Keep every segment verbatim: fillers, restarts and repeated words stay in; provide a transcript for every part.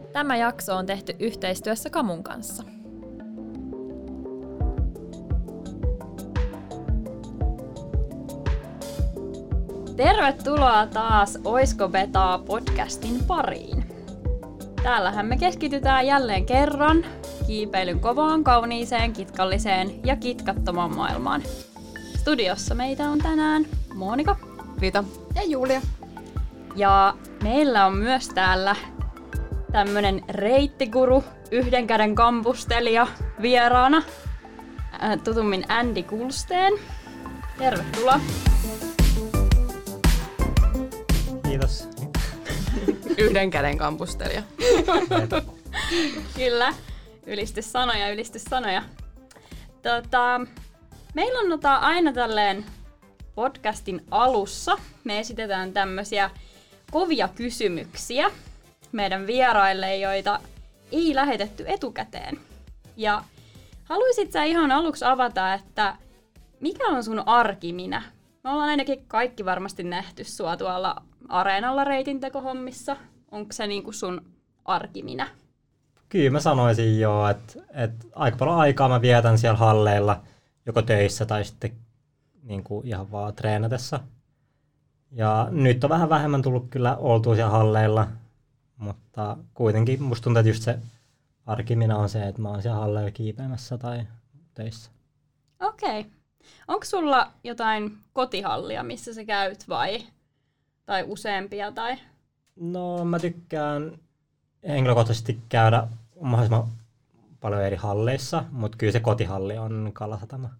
Tämä jakso on tehty yhteistyössä Kamun kanssa. Tervetuloa taas Oisko Betaa podcastin pariin. Täällähän me keskitytään jälleen kerran kiipeilyn kovaan, kauniiseen, kitkalliseen ja kitkattomaan maailmaan. Studiossa meitä on tänään Monika, Rita ja Julia. Ja meillä on myös täällä tämmönen reittiguru, yhden käden kampustelija vieraana, tutummin Andy Kulsteen. Tervetuloa. Kiitos. Yhden käden kampustelija. Kyllä, ylistyssanoja, ylistyssanoja. Tota, meillä on nota aina tälleen podcastin alussa. Me esitetään tämmöisiä kovia kysymyksiä meidän vieraille, joita ei lähetetty etukäteen. Ja haluaisit sä ihan aluksi avata, että mikä on sun arkiminä? Me ollaan ainakin kaikki varmasti nähty sua tuolla areenalla reitintekohommissa. Onko se niinku sun arkiminä? Kyllä mä sanoisin jo, että, että aika paljon aikaa mä vietän siellä halleilla, joko töissä tai sitten niin kuin ihan vaan treenatessa. Ja nyt on vähän vähemmän tullut kyllä oltua siellä halleilla, mutta kuitenkin musta tuntuu, että just se arkiminä on se, että mä oon siellä halleilla kiipeämässä tai töissä. Okei. Okay. Onko sulla jotain kotihallia, missä sä käyt vai tai useampia? Tai? No mä tykkään henkilökohtaisesti käydä mahdollisimman paljon eri halleissa, mutta kyllä se kotihalli on Kalasatama.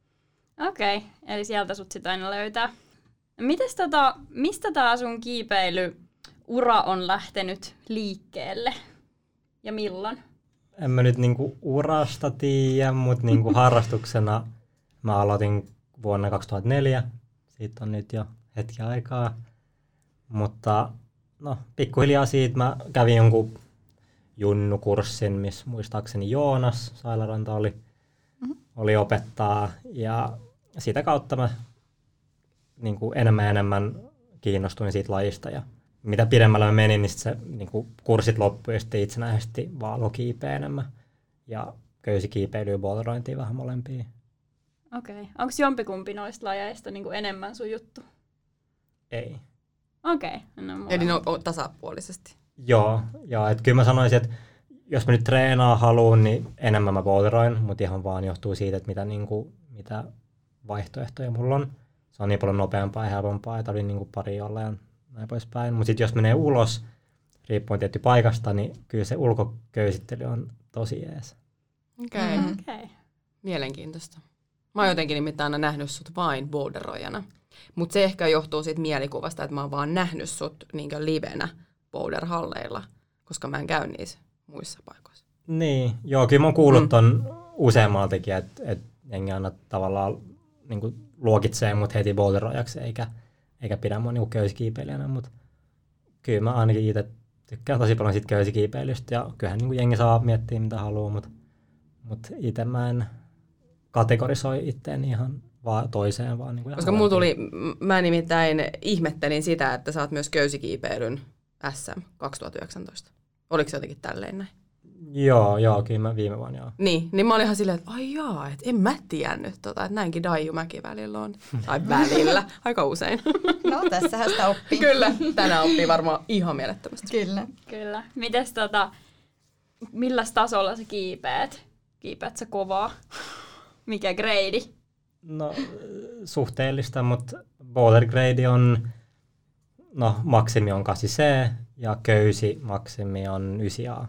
Okei, okay. Eli sieltä sut sit aina löytää. Mites tota, mistä tää sun kiipeilyura on lähtenyt liikkeelle ja milloin? En mä nyt niinku urasta tiedä, mutta niinku harrastuksena mä aloitin vuonna kaksituhattaneljä. Siitä on nyt jo hetki aikaa. Mutta no, pikkuhiljaa siitä mä kävin jonkun junnukurssin, missä muistaakseni Joonas Sailaranta oli, mm-hmm. oli opettaa. Ja sitä kautta mä niin kuin enemmän ja enemmän kiinnostuin siitä lajista. Ja mitä pidemmällä mä menin, niin se niin kuin kurssit loppui ja sitten itsenäisesti vaan alkoi kiipeä enemmän. Ja köysikiipeilyä ja boulderointia vähän molempia. Okei. Okay. Onko jompikumpi noista lajeista niin kuin enemmän sun juttu? Ei. Okei. Okay. No, eli ne on tasapuolisesti. Joo, joo, että kyllä mä sanoisin, että jos mä nyt treenaa haluun, niin enemmän mä boulderoin, mutta ihan vaan johtuu siitä, että mitä, niin kuin, mitä vaihtoehtoja mulla on. Se on niin paljon nopeampaa ja helpompaa, ja tarvii niin pari olla ja näin poispäin. Mutta sitten jos menee ulos, riippuen tietty paikasta, niin kyllä se ulkoköysittely on tosi jees. Okei. Okay. Mm-hmm. Okay. Mielenkiintoista. Mä oon jotenkin nimittäin aina nähnyt sut vain boulderoijana. Mutta se ehkä johtuu siitä mielikuvasta, että mä oon vaan nähnyt sut niinkö livenä boulderhalleilla, koska mä en käy niissä muissa paikoissa. Niin, joo, kyllä mä oon kuullut ton mm. useammaltakin, että et jengi aina tavallaan niinku luokitsee mut heti boulderoijaksi, eikä, eikä pidä mua niinku köysikiipeilijänä, mutta kyllä mä ainakin itse tykkään tosi paljon siitä köysikiipeilystä, ja kyllähän niinku jengi saa miettiä mitä haluaa, mutta mut itse mä en kategorisoi itteeni ihan vaan toiseen. Vaan niin kuin koska mulla tuli, mä nimittäin ihmettelin sitä, että sä oot myös köysikiipeilyn S M kaksituhattayhdeksäntoista. Oliko se jotenkin tälleen näin? Joo, joo, kyllä mä viime vuonna joo. Niin, niin mä olin ihan silleen, että ai jaa, että en mä tiennyt tota, että näinkin Daijumäki välillä on. Tai välillä, aika usein. No tässähän sitä oppii. Kyllä, tänään oppii varmaan ihan mielettömästi. Kyllä. Kyllä. Mites tota, milläs tasolla sä kiipeät? Kiipeät sä kovaa? Mikä grade? No suhteellista, mutta boulder grade on, no maksimi on kahdeksan C ja köysi maksimi on yhdeksän A.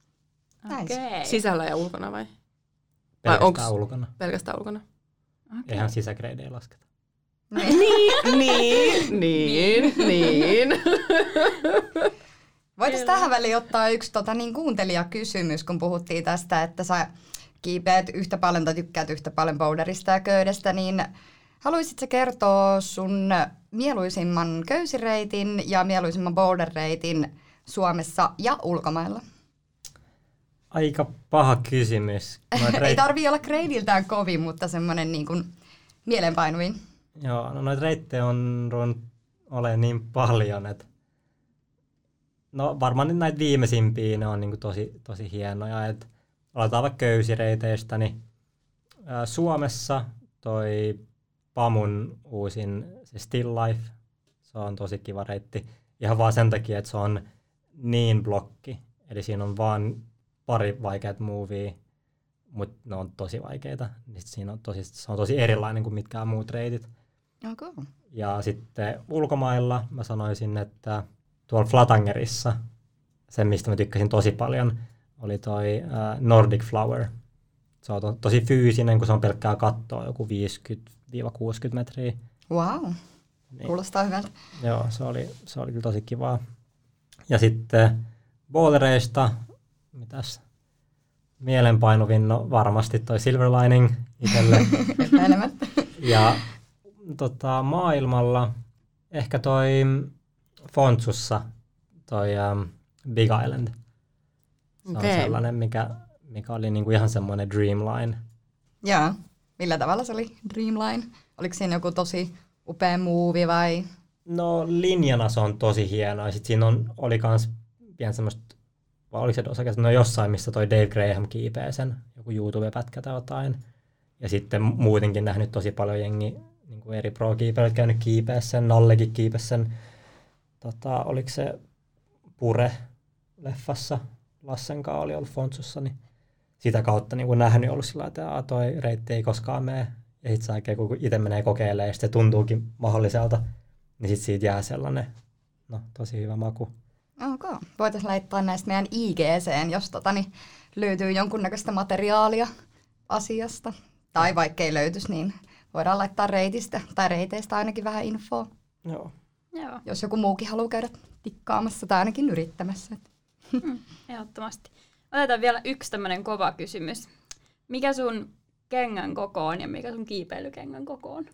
Okay. Sisällä ja ulkona vai? Pelkästään vai ulkona. Pelkästään ulkona. Okay. Eihän sisägrade ei lasketa. niin, niin, niin, niin. Voitaisiin tähän väliin ottaa yksi tota, niin kuuntelijakysymys, kun puhuttiin tästä, että sä kiipeät yhtä paljon tai tykkäät yhtä paljon boulderista ja köydestä, niin haluaisitko kertoa sun mieluisimman köysireitin ja mieluisimman boulderreitin Suomessa ja ulkomailla? Aika paha kysymys. Reit... Ei tarvitse olla gradeiltään kovin, mutta semmoinen niin kuin mielenpainuin. Joo, no noita reittejä on ruvennut olemaan niin paljon, että No varmaan näitä viimeisimpiä, ne on niinku tosi, tosi hienoja. Et aloitetaan vaikka köysireiteistä, niin ää, Suomessa toi Pamun uusin se Still Life, se on tosi kiva reitti. Ihan vaan sen takia, että se on niin blokki. Eli siinä on vaan pari vaikeat movia, mutta ne on tosi vaikeita. Niin siinä on tosi, se on tosi erilainen kuin mitkään muut reitit. Okay. Ja sitten ulkomailla mä sanoisin, että tuolla Flatangerissa, se mistä mä tykkäsin tosi paljon, oli toi uh, Nordic Flower. Se on to- tosi fyysinen, kun se on pelkkää kattoa, joku viisikymmentä kuusikymmentä metriä. Wow, Niin. kuulostaa hyvältä. Joo, se oli, se oli kyllä tosi kivaa. Ja sitten bouldereista, mitäs mielenpainuvin, no varmasti toi Silver Lining itselle. Epäilemättä. Ja tota, maailmalla ehkä toi Fontsussa, toi um, Big Island. Se Okei. on sellainen, mikä, mikä oli niinku ihan semmoinen dreamline. Joo. Millä tavalla se oli Dreamline? Oliko siinä joku tosi upea movie vai? No linjana se on tosi hieno. Ja sit siinä on, oli kans pian semmoista, vai oliko se osakasta, no jossain, missä toi Dave Graham kiipee sen, joku YouTube-pätkä tai jotain. Ja sitten muutenkin nähnyt tosi paljon jengi, niin kuin eri pro-kiipeilijöitä käynyt kiipeä sen, Nallekin kiipesi sen, tota, oliko se Pure-leffassa, Lassen kanssa oli ollut Fontsussa, niin sitä kautta niin kuin nähnyt ollut sillä että toi reitti ei koskaan mene. Ja sitten jälkeen, kun itse menee kokeilemaan ja se tuntuukin mahdolliselta, niin sitten siitä jää sellainen, no tosi hyvä maku. Okay. Voitaisiin laittaa näistä meidän I G C:en, jos tota, niin löytyy jonkunnäköistä materiaalia asiasta. Tai vaikka ei löytyisi, niin voidaan laittaa reitistä tai reiteistä ainakin vähän infoa. Joo. Joo, Jos joku muukin haluaa käydä tikkaamassa tai ainakin yrittämässä. mm, ehdottomasti. Otetaan vielä yksi tämmöinen kova kysymys. Mikä sun kengän koko on ja mikä sun kiipeilykengän koko on?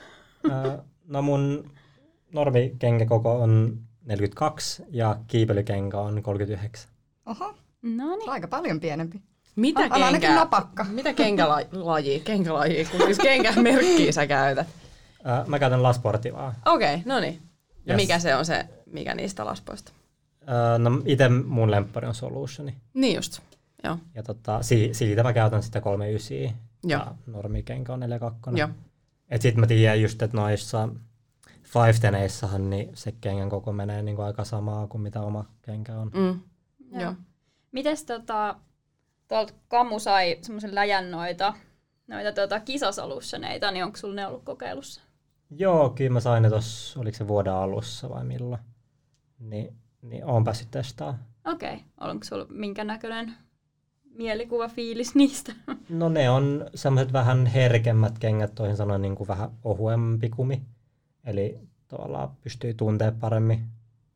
Ö, no mun normikenkäkoko on neljäkymmentäkaksi ja kiipeilykenkä on kolmekymmentäyhdeksän. Oho, No niin. aika paljon pienempi. Mitä On ainakin kenkä, napakka. mitä kenkälaji, kenkälaji, kun siis kenkämerkkiä sä käytät? Ö, mä käytän Lasportivaa. Okei, okay, no niin. Ja Yes. mikä se on se, mikä niistä laspoista? Ö, no itse mun lemppari on Solutioni. Niin just, joo. Ja tota, si- siitä mä käytän sitä kolmekymmentäyhdeksän Joo. ja normikenkä on neljäkymmentäkaksi. Joo. Et sit mä tiedän just, että noissa five teneissahan niin se kengän koko menee niinku aika samaa kuin mitä oma kenkä on. Mm. Joo. Joo. Mites tota, tuolta Kamu sai semmoisen läjän noita, noita tota kisasolutioneita, niin onko sulla ne ollut kokeilussa? Joo, kyllä mä sain ne tossa, oliko se vuoden alussa vai milloin. Ni, niin oon päässyt testaamaan. Okei, okay. Onko sulla minkä näköinen mielikuva, fiilis niistä? No ne on semmoiset vähän herkemmät kengät, toisin sanoen niin kuin vähän ohuempi kumi. Eli tavallaan pystyy tuntemaan paremmin,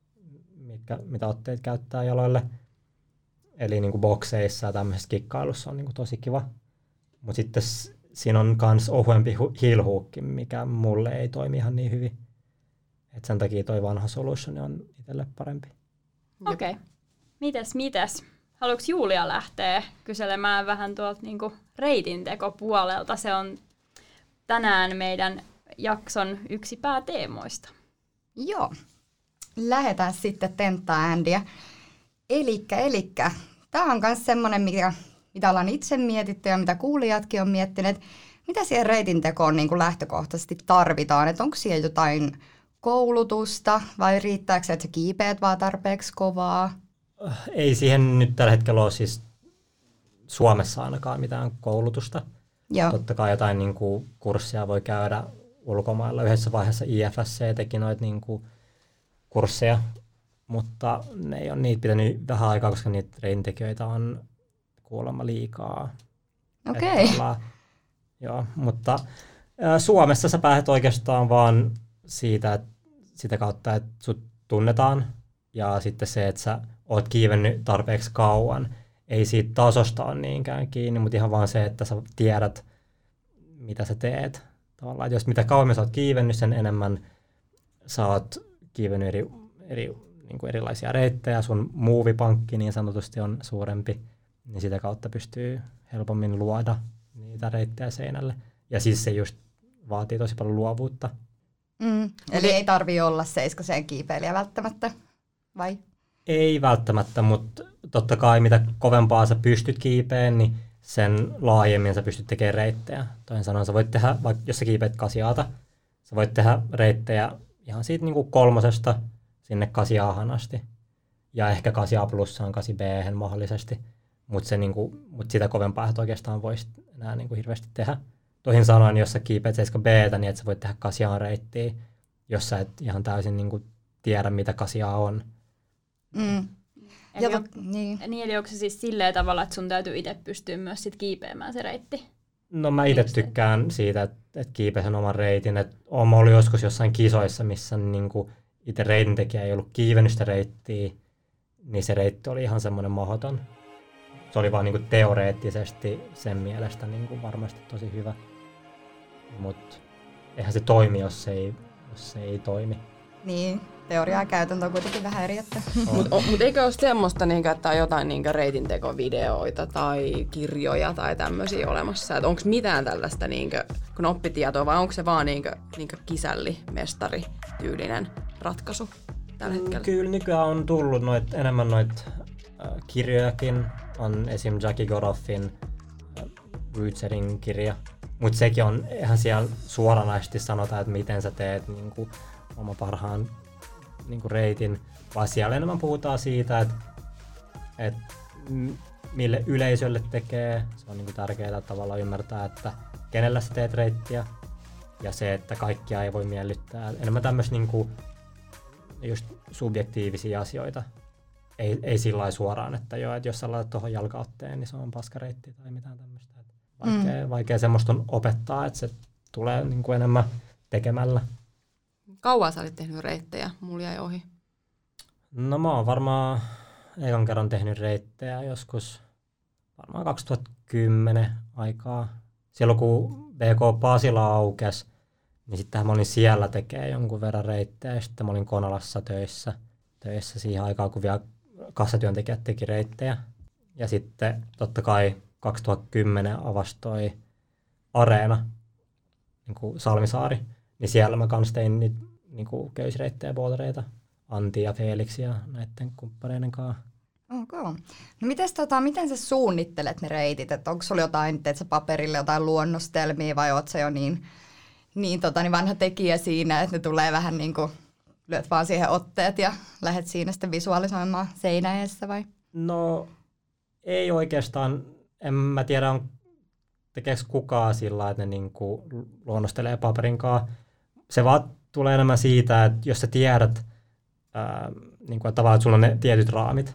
mitkä, mitä otteet käyttää jaloille. Eli niin kuin bokseissa ja tämmöisessä kikkailussa on niin kuin tosi kiva. Mutta sitten s- siinä on myös ohuempi hu- heel hook, mikä mulle ei toimi ihan niin hyvin. Et sen takia toi vanha Solution on itselle parempi. Okei. Okay. Mites, mites? Haluatko Julia lähteä kyselemään vähän tuolta niinku reitintekopuolelta? Se on tänään meidän jakson yksi pääteemoista. Joo. Lähdetään sitten tenttaa Andyä. Elikkä, elikkä. Tämä on myös semmoinen, mikä, mitä ollaan itse mietitty ja mitä kuulijatkin on miettineet. Mitä siihen reitintekoon niin kuin lähtökohtaisesti tarvitaan? Että onko siellä jotain koulutusta vai riittääkö se, että sä kiipeät vaan tarpeeksi kovaa? Ei siihen nyt tällä hetkellä ole siis Suomessa ainakaan mitään koulutusta. Joo. Totta kai jotain niin kuin, kurssia voi käydä ulkomailla. Yhdessä vaiheessa I F S C teki noita niin kuin, kursseja, mutta ne ei ole niitä pitänyt vähän aikaa, koska niitä reitintekijöitä on kuulemma liikaa. Okei. Okay. Joo, mutta ä, Suomessa sä pääset oikeastaan vaan siitä, että sitä kautta, että sut tunnetaan ja sitten se, että sä oot kiivennyt tarpeeksi kauan. Ei siitä tasosta ole niinkään kiinni, mutta ihan vaan se, että sä tiedät, mitä sä teet. Tavallaan, että jos mitä kauemmin sä oot kiivennyt, sen enemmän sä oot kiivennyt eri, eri, niin kuin erilaisia reittejä. Sun muuvipankki niin sanotusti on suurempi, niin sitä kautta pystyy helpommin luoda niitä reittejä seinälle. Ja siis se just vaatii tosi paljon luovuutta. Mm. Eli ei tarvitse olla seiskoseen kiipeilijä välttämättä, vai? Ei välttämättä, mutta totta kai mitä kovempaa sä pystyt kiipeen, niin sen laajemmin sä pystyt tekemään reittejä. Toisin sanoen sä voit tehdä, vaikka jos sä kiipeät kasiaata, sä voit tehdä reittejä ihan siitä niin kuin kolmosesta sinne kasiaahan asti. Ja ehkä kasia plussaan kasi B mahdollisesti, mutta niinku, mut sitä kovempaa et oikeastaan voisi enää niinku hirveästi tehdä. Toisin sanoen, jos sä kiipeät seitsemän B:tä, niin et sä voit tehdä kasiaan reittiä, jos sä et ihan täysin niinku tiedä, mitä kasiaa on. Mm. Eli, Ja on, tot, niin. niin, eli onko se siis silleen tavalla, että sun täytyy itse pystyä myös sit kiipeämään se reitti? No mä itse tykkään siitä, että et kiipeä sen oman reitin. Et oon ollut joskus jossain kisoissa, missä niinku itse reitintekijä ei ollut kiivennyt sitä reittiä, niin se reitti oli ihan semmoinen mahdoton. Se oli vaan niinku teoreettisesti sen mielestä niinku varmasti tosi hyvä. Mutta eihän se toimi, jos se ei, jos se ei toimi. Niin, teoria ja käytäntö on kuitenkin vähän eri. Että. Mutta mut eikö ole semmoista, niinku, että on jotain niinku reitintekovideoita tai kirjoja tai tämmöisiä olemassa? Onko mitään tällaista niinku, knoppitietoa vai onko se vaan niinku, niinku kisällimestari-tyylinen ratkaisu tällä hetkellä? Kyllä nykyään on tullut noit, enemmän noita äh, kirjojakin. On esim. Jackie Goroffin äh, Rootserin kirja. Mutta sekin on, eihän siellä suoranaisesti sanota, että miten sä teet niinku, oma parhaan niinku, reitin, vaan siellä enemmän puhutaan siitä, että et, mille yleisölle tekee. Se on niinku, tärkeää tavallaan ymmärtää, että kenellä sä teet reittiä ja se, että kaikkia ei voi miellyttää. Enemmän tämmöistä niinku, just subjektiivisia asioita. Ei, ei sillä lailla suoraan, että, joo, että jos sä laitat tuohon jalkaotteen, niin se on paskareitti tai mitään tämmöistä. Vaikea, mm. vaikea semmoista on opettaa, että se tulee niin kuin enemmän tekemällä. Kauan sä olit tehnyt reittejä? Mulla jäi ohi. No mä oon varmaan ekan kerran tehnyt reittejä joskus varmaan kaksituhattakymmenen aikaa. Silloin kun B K Pasila aukesi, niin sittenhän mä olin siellä tekee jonkun verran reittejä ja sitten mä olin Konalassa töissä, töissä siihen aikaan, kun vielä kassatyöntekijät teki reittejä. Ja sitten totta kai kaksituhattakymmenen avasi toi Areena, niin kuin Salmisaari, niin siellä mä kans tein niitä niin kuin köysreittejä ja bouldereita Antti ja Felix ja näiden kumppaneiden kanssa. Okay. No mites, tota, miten sä suunnittelet ne reitit? Et onko sulla jotain, teet sä paperille jotain luonnostelmia vai oot sä jo niin, niin, tota, niin vanha tekijä siinä, että ne tulee vähän niin kuin lyöt vaan siihen otteet ja lähdet siinä sitten visualisoimaan seinäessä vai? No ei oikeastaan. En mä tiedä, on, tekeekö kukaan sillä, että ne niinku luonnostelee paperinkaan. Se vaan tulee enemmän siitä, että jos sä tiedät, ää, niinku, että tavallaan että sulla on ne tietyt raamit.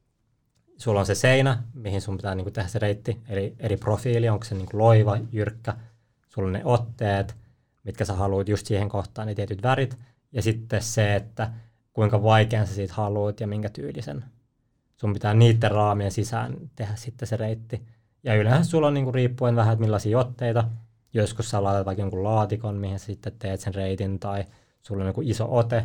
Sulla on se seinä, mihin sun pitää niinku tehdä se reitti, eli eri profiili, onko se niinku loiva, jyrkkä. Sulla on ne otteet, mitkä sä haluat just siihen kohtaan, ne tietyt värit. Ja sitten se, että kuinka vaikean sä siitä haluat ja minkä tyylisen. Sun pitää niiden raamien sisään tehdä sitten se reitti. Ja yleensä sulla on niinku riippuen vähän, että millaisia otteita. Joskus sä laitat vaikka jonkun laatikon, mihin sä sitten teet sen reitin, tai sulla on joku iso ote.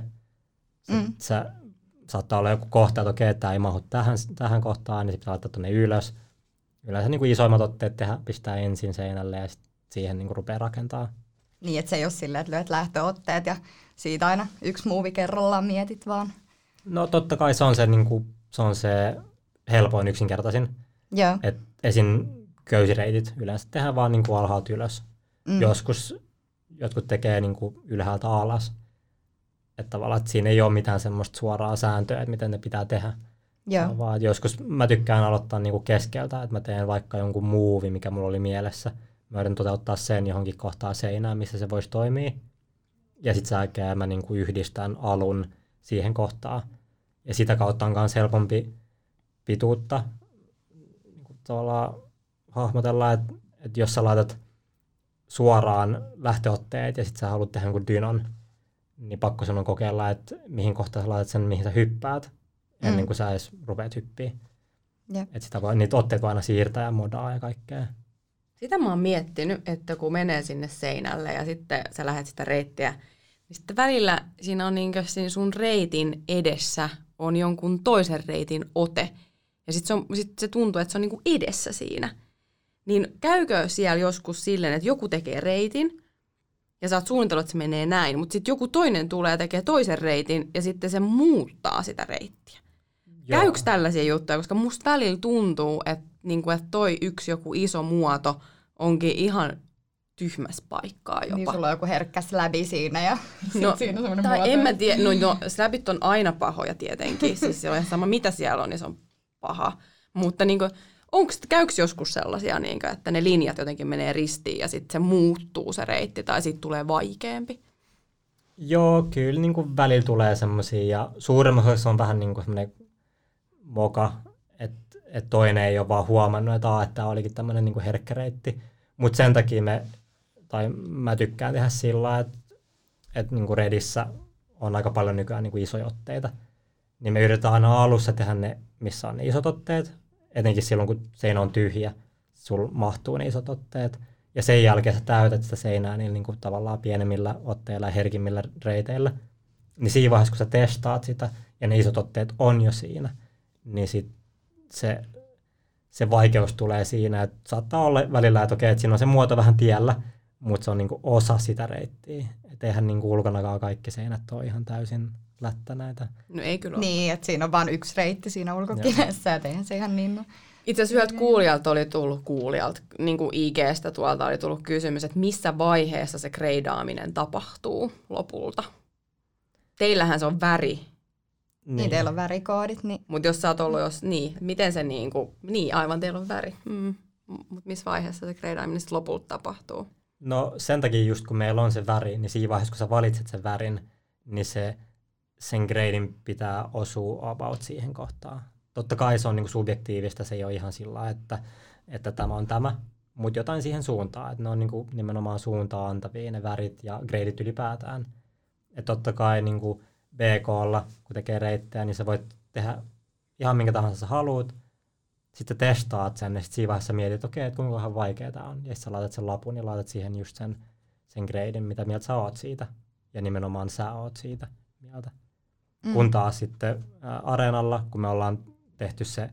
Mm. Sä, saattaa olla joku kohta, että okei, tämä ei mahdu tähän, tähän kohtaan, niin sitten pitää laittaa tuonne ylös. Yleensä niinku isoimmat otteet tehdä, pistää ensin seinälle ja sitten siihen niinku rupeaa rakentaa. Niin, että se ei ole silleen, että lyöt lähtöotteet ja siitä aina yksi muuvi kerrallaan mietit vaan. No totta kai se on se, niinku, se, on se helpoin yksinkertaisin. Joo. Et esim. Köysireitit yleensä tehdään vaan niinku alhaalta ylös. Mm. Joskus jotkut tekee niinku ylhäältä alas. Että tavallaan että siinä ei ole mitään semmoista suoraa sääntöä, että miten ne pitää tehdä. Joo. Vaan joskus mä tykkään aloittaa niinku keskeltä, että mä teen vaikka jonkun muuvi, mikä mulla oli mielessä. Mä yritän toteuttaa sen johonkin kohtaan seinään, missä se voisi toimia. Ja sitten sen jälkeen mä niinku yhdistän alun siihen kohtaan. Ja sitä kautta on myös helpompi pituutta niinku tavallaan hahmotella, että et jos sä laitat suoraan lähtöotteet ja sitten sä haluat tehdä jonkun dynon, niin pakko sun on kokeilla, että mihin kohtaan sä laitat sen, mihin sä hyppäät, mm. ennen kuin sä edes rupeat hyppiä. Yep. Että sitä voi, niitä otteet voi aina siirtää ja modaa ja kaikkea. Sitä mä oon miettinyt, että kun menee sinne seinälle ja sitten sä lähdet sitä reittiä, niin sitten välillä siinä on niinkö siinä sun reitin edessä on jonkun toisen reitin ote. Ja sitten se, sit se tuntuu, että se on niinku edessä siinä. Niin käykö siellä joskus silleen, että joku tekee reitin ja sä oot suunnitellut, että se menee näin, mutta sitten joku toinen tulee ja tekee toisen reitin ja sitten se muuttaa sitä reittiä. Käykö tällaisia juttuja? Koska musta välillä tuntuu, että, niinku, että toi yksi joku iso muoto onkin ihan tyhmässä paikkaa jopa. Niin sulla on joku herkkä släbi siinä ja no, siinä on semmoinen tai muoto. en mä tiedä, no, no släbit on aina pahoja tietenkin, siis se on ihan sama mitä siellä on, niin se on paha. Mutta niinku, onks, käykö joskus sellaisia, niinku, että ne linjat jotenkin menee ristiin ja sitten se muuttuu se reitti tai siitä tulee vaikeampi? Joo, kyllä niin kuin välillä tulee semmoisia ja suurimmassa osassa on vähän niin kuin semmoinen moka, että et toinen ei ole vaan huomannut, että, aa, että tämä olikin tämmöinen niin kuin herkkä reitti. Mutta sen takia me, tai mä tykkään tehdä sillä, että et niin kuin Redissä on aika paljon nykyään niin kuin isoja otteita. Niin me yritetään aina alussa tehdä ne, missä on ne isot otteet, etenkin silloin kun seinä on tyhjä, sulla mahtuu ne isot otteet. Ja sen jälkeen sä täytät sitä seinää niin, niin kuin tavallaan pienemmillä otteilla ja herkimmillä reiteillä. Niin siinä vaiheessa, kun sä testaat sitä ja ne isot otteet on jo siinä, niin sit se, se vaikeus tulee siinä, että saattaa olla välillä, että okei, että siinä on se muoto vähän tiellä, mutta se on niin kuin osa sitä reittiä. Että eihän niin kuin ulkonakaan kaikki seinät ole ihan täysin lättä näitä. No ei kyllä ole. Niin, että siinä on vain yksi reitti siinä ulkokivessä, että eihän se ihan niin ole. Itse asiassa yhdeltä kuulijalta oli tullut kuulijalta, niin kuin I G:stä tuolta oli tullut kysymys, että missä vaiheessa se greidaaminen tapahtuu lopulta. Teillähän se on väri. Niin, niin teillä on värikoodit. Niin. Mutta jos sä oot ollut, jos, niin, miten se niin kuin, niin aivan teillä on väri. Mm. Mutta missä vaiheessa se greidaaminen sitten lopulta tapahtuu? No sen takia just kun meillä on se väri, niin siinä vaiheessa kun sä valitset sen värin, niin se, sen gradein pitää osua about siihen kohtaan. Totta kai se on niinku subjektiivista, se ei ole ihan sillä, että, että tämä on tämä, mutta jotain siihen suuntaan, että ne on niinku nimenomaan suuntaa antavia ne värit ja gradeit ylipäätään. Että totta kai niinku B K:lla, kun tekee reittejä, niin sä voit tehdä ihan minkä tahansa sä haluat, sitten testaat sen ja sitten siinä vaiheessa mietit, että okei, että kuinka vaikea tämä on. Ja sitten sä laitat sen lapun ja laitat siihen just sen, sen gradein, mitä mieltä sä oot siitä. Ja nimenomaan sä oot siitä mieltä. Mm. Kun taas sitten ä, areenalla, kun me ollaan tehty se,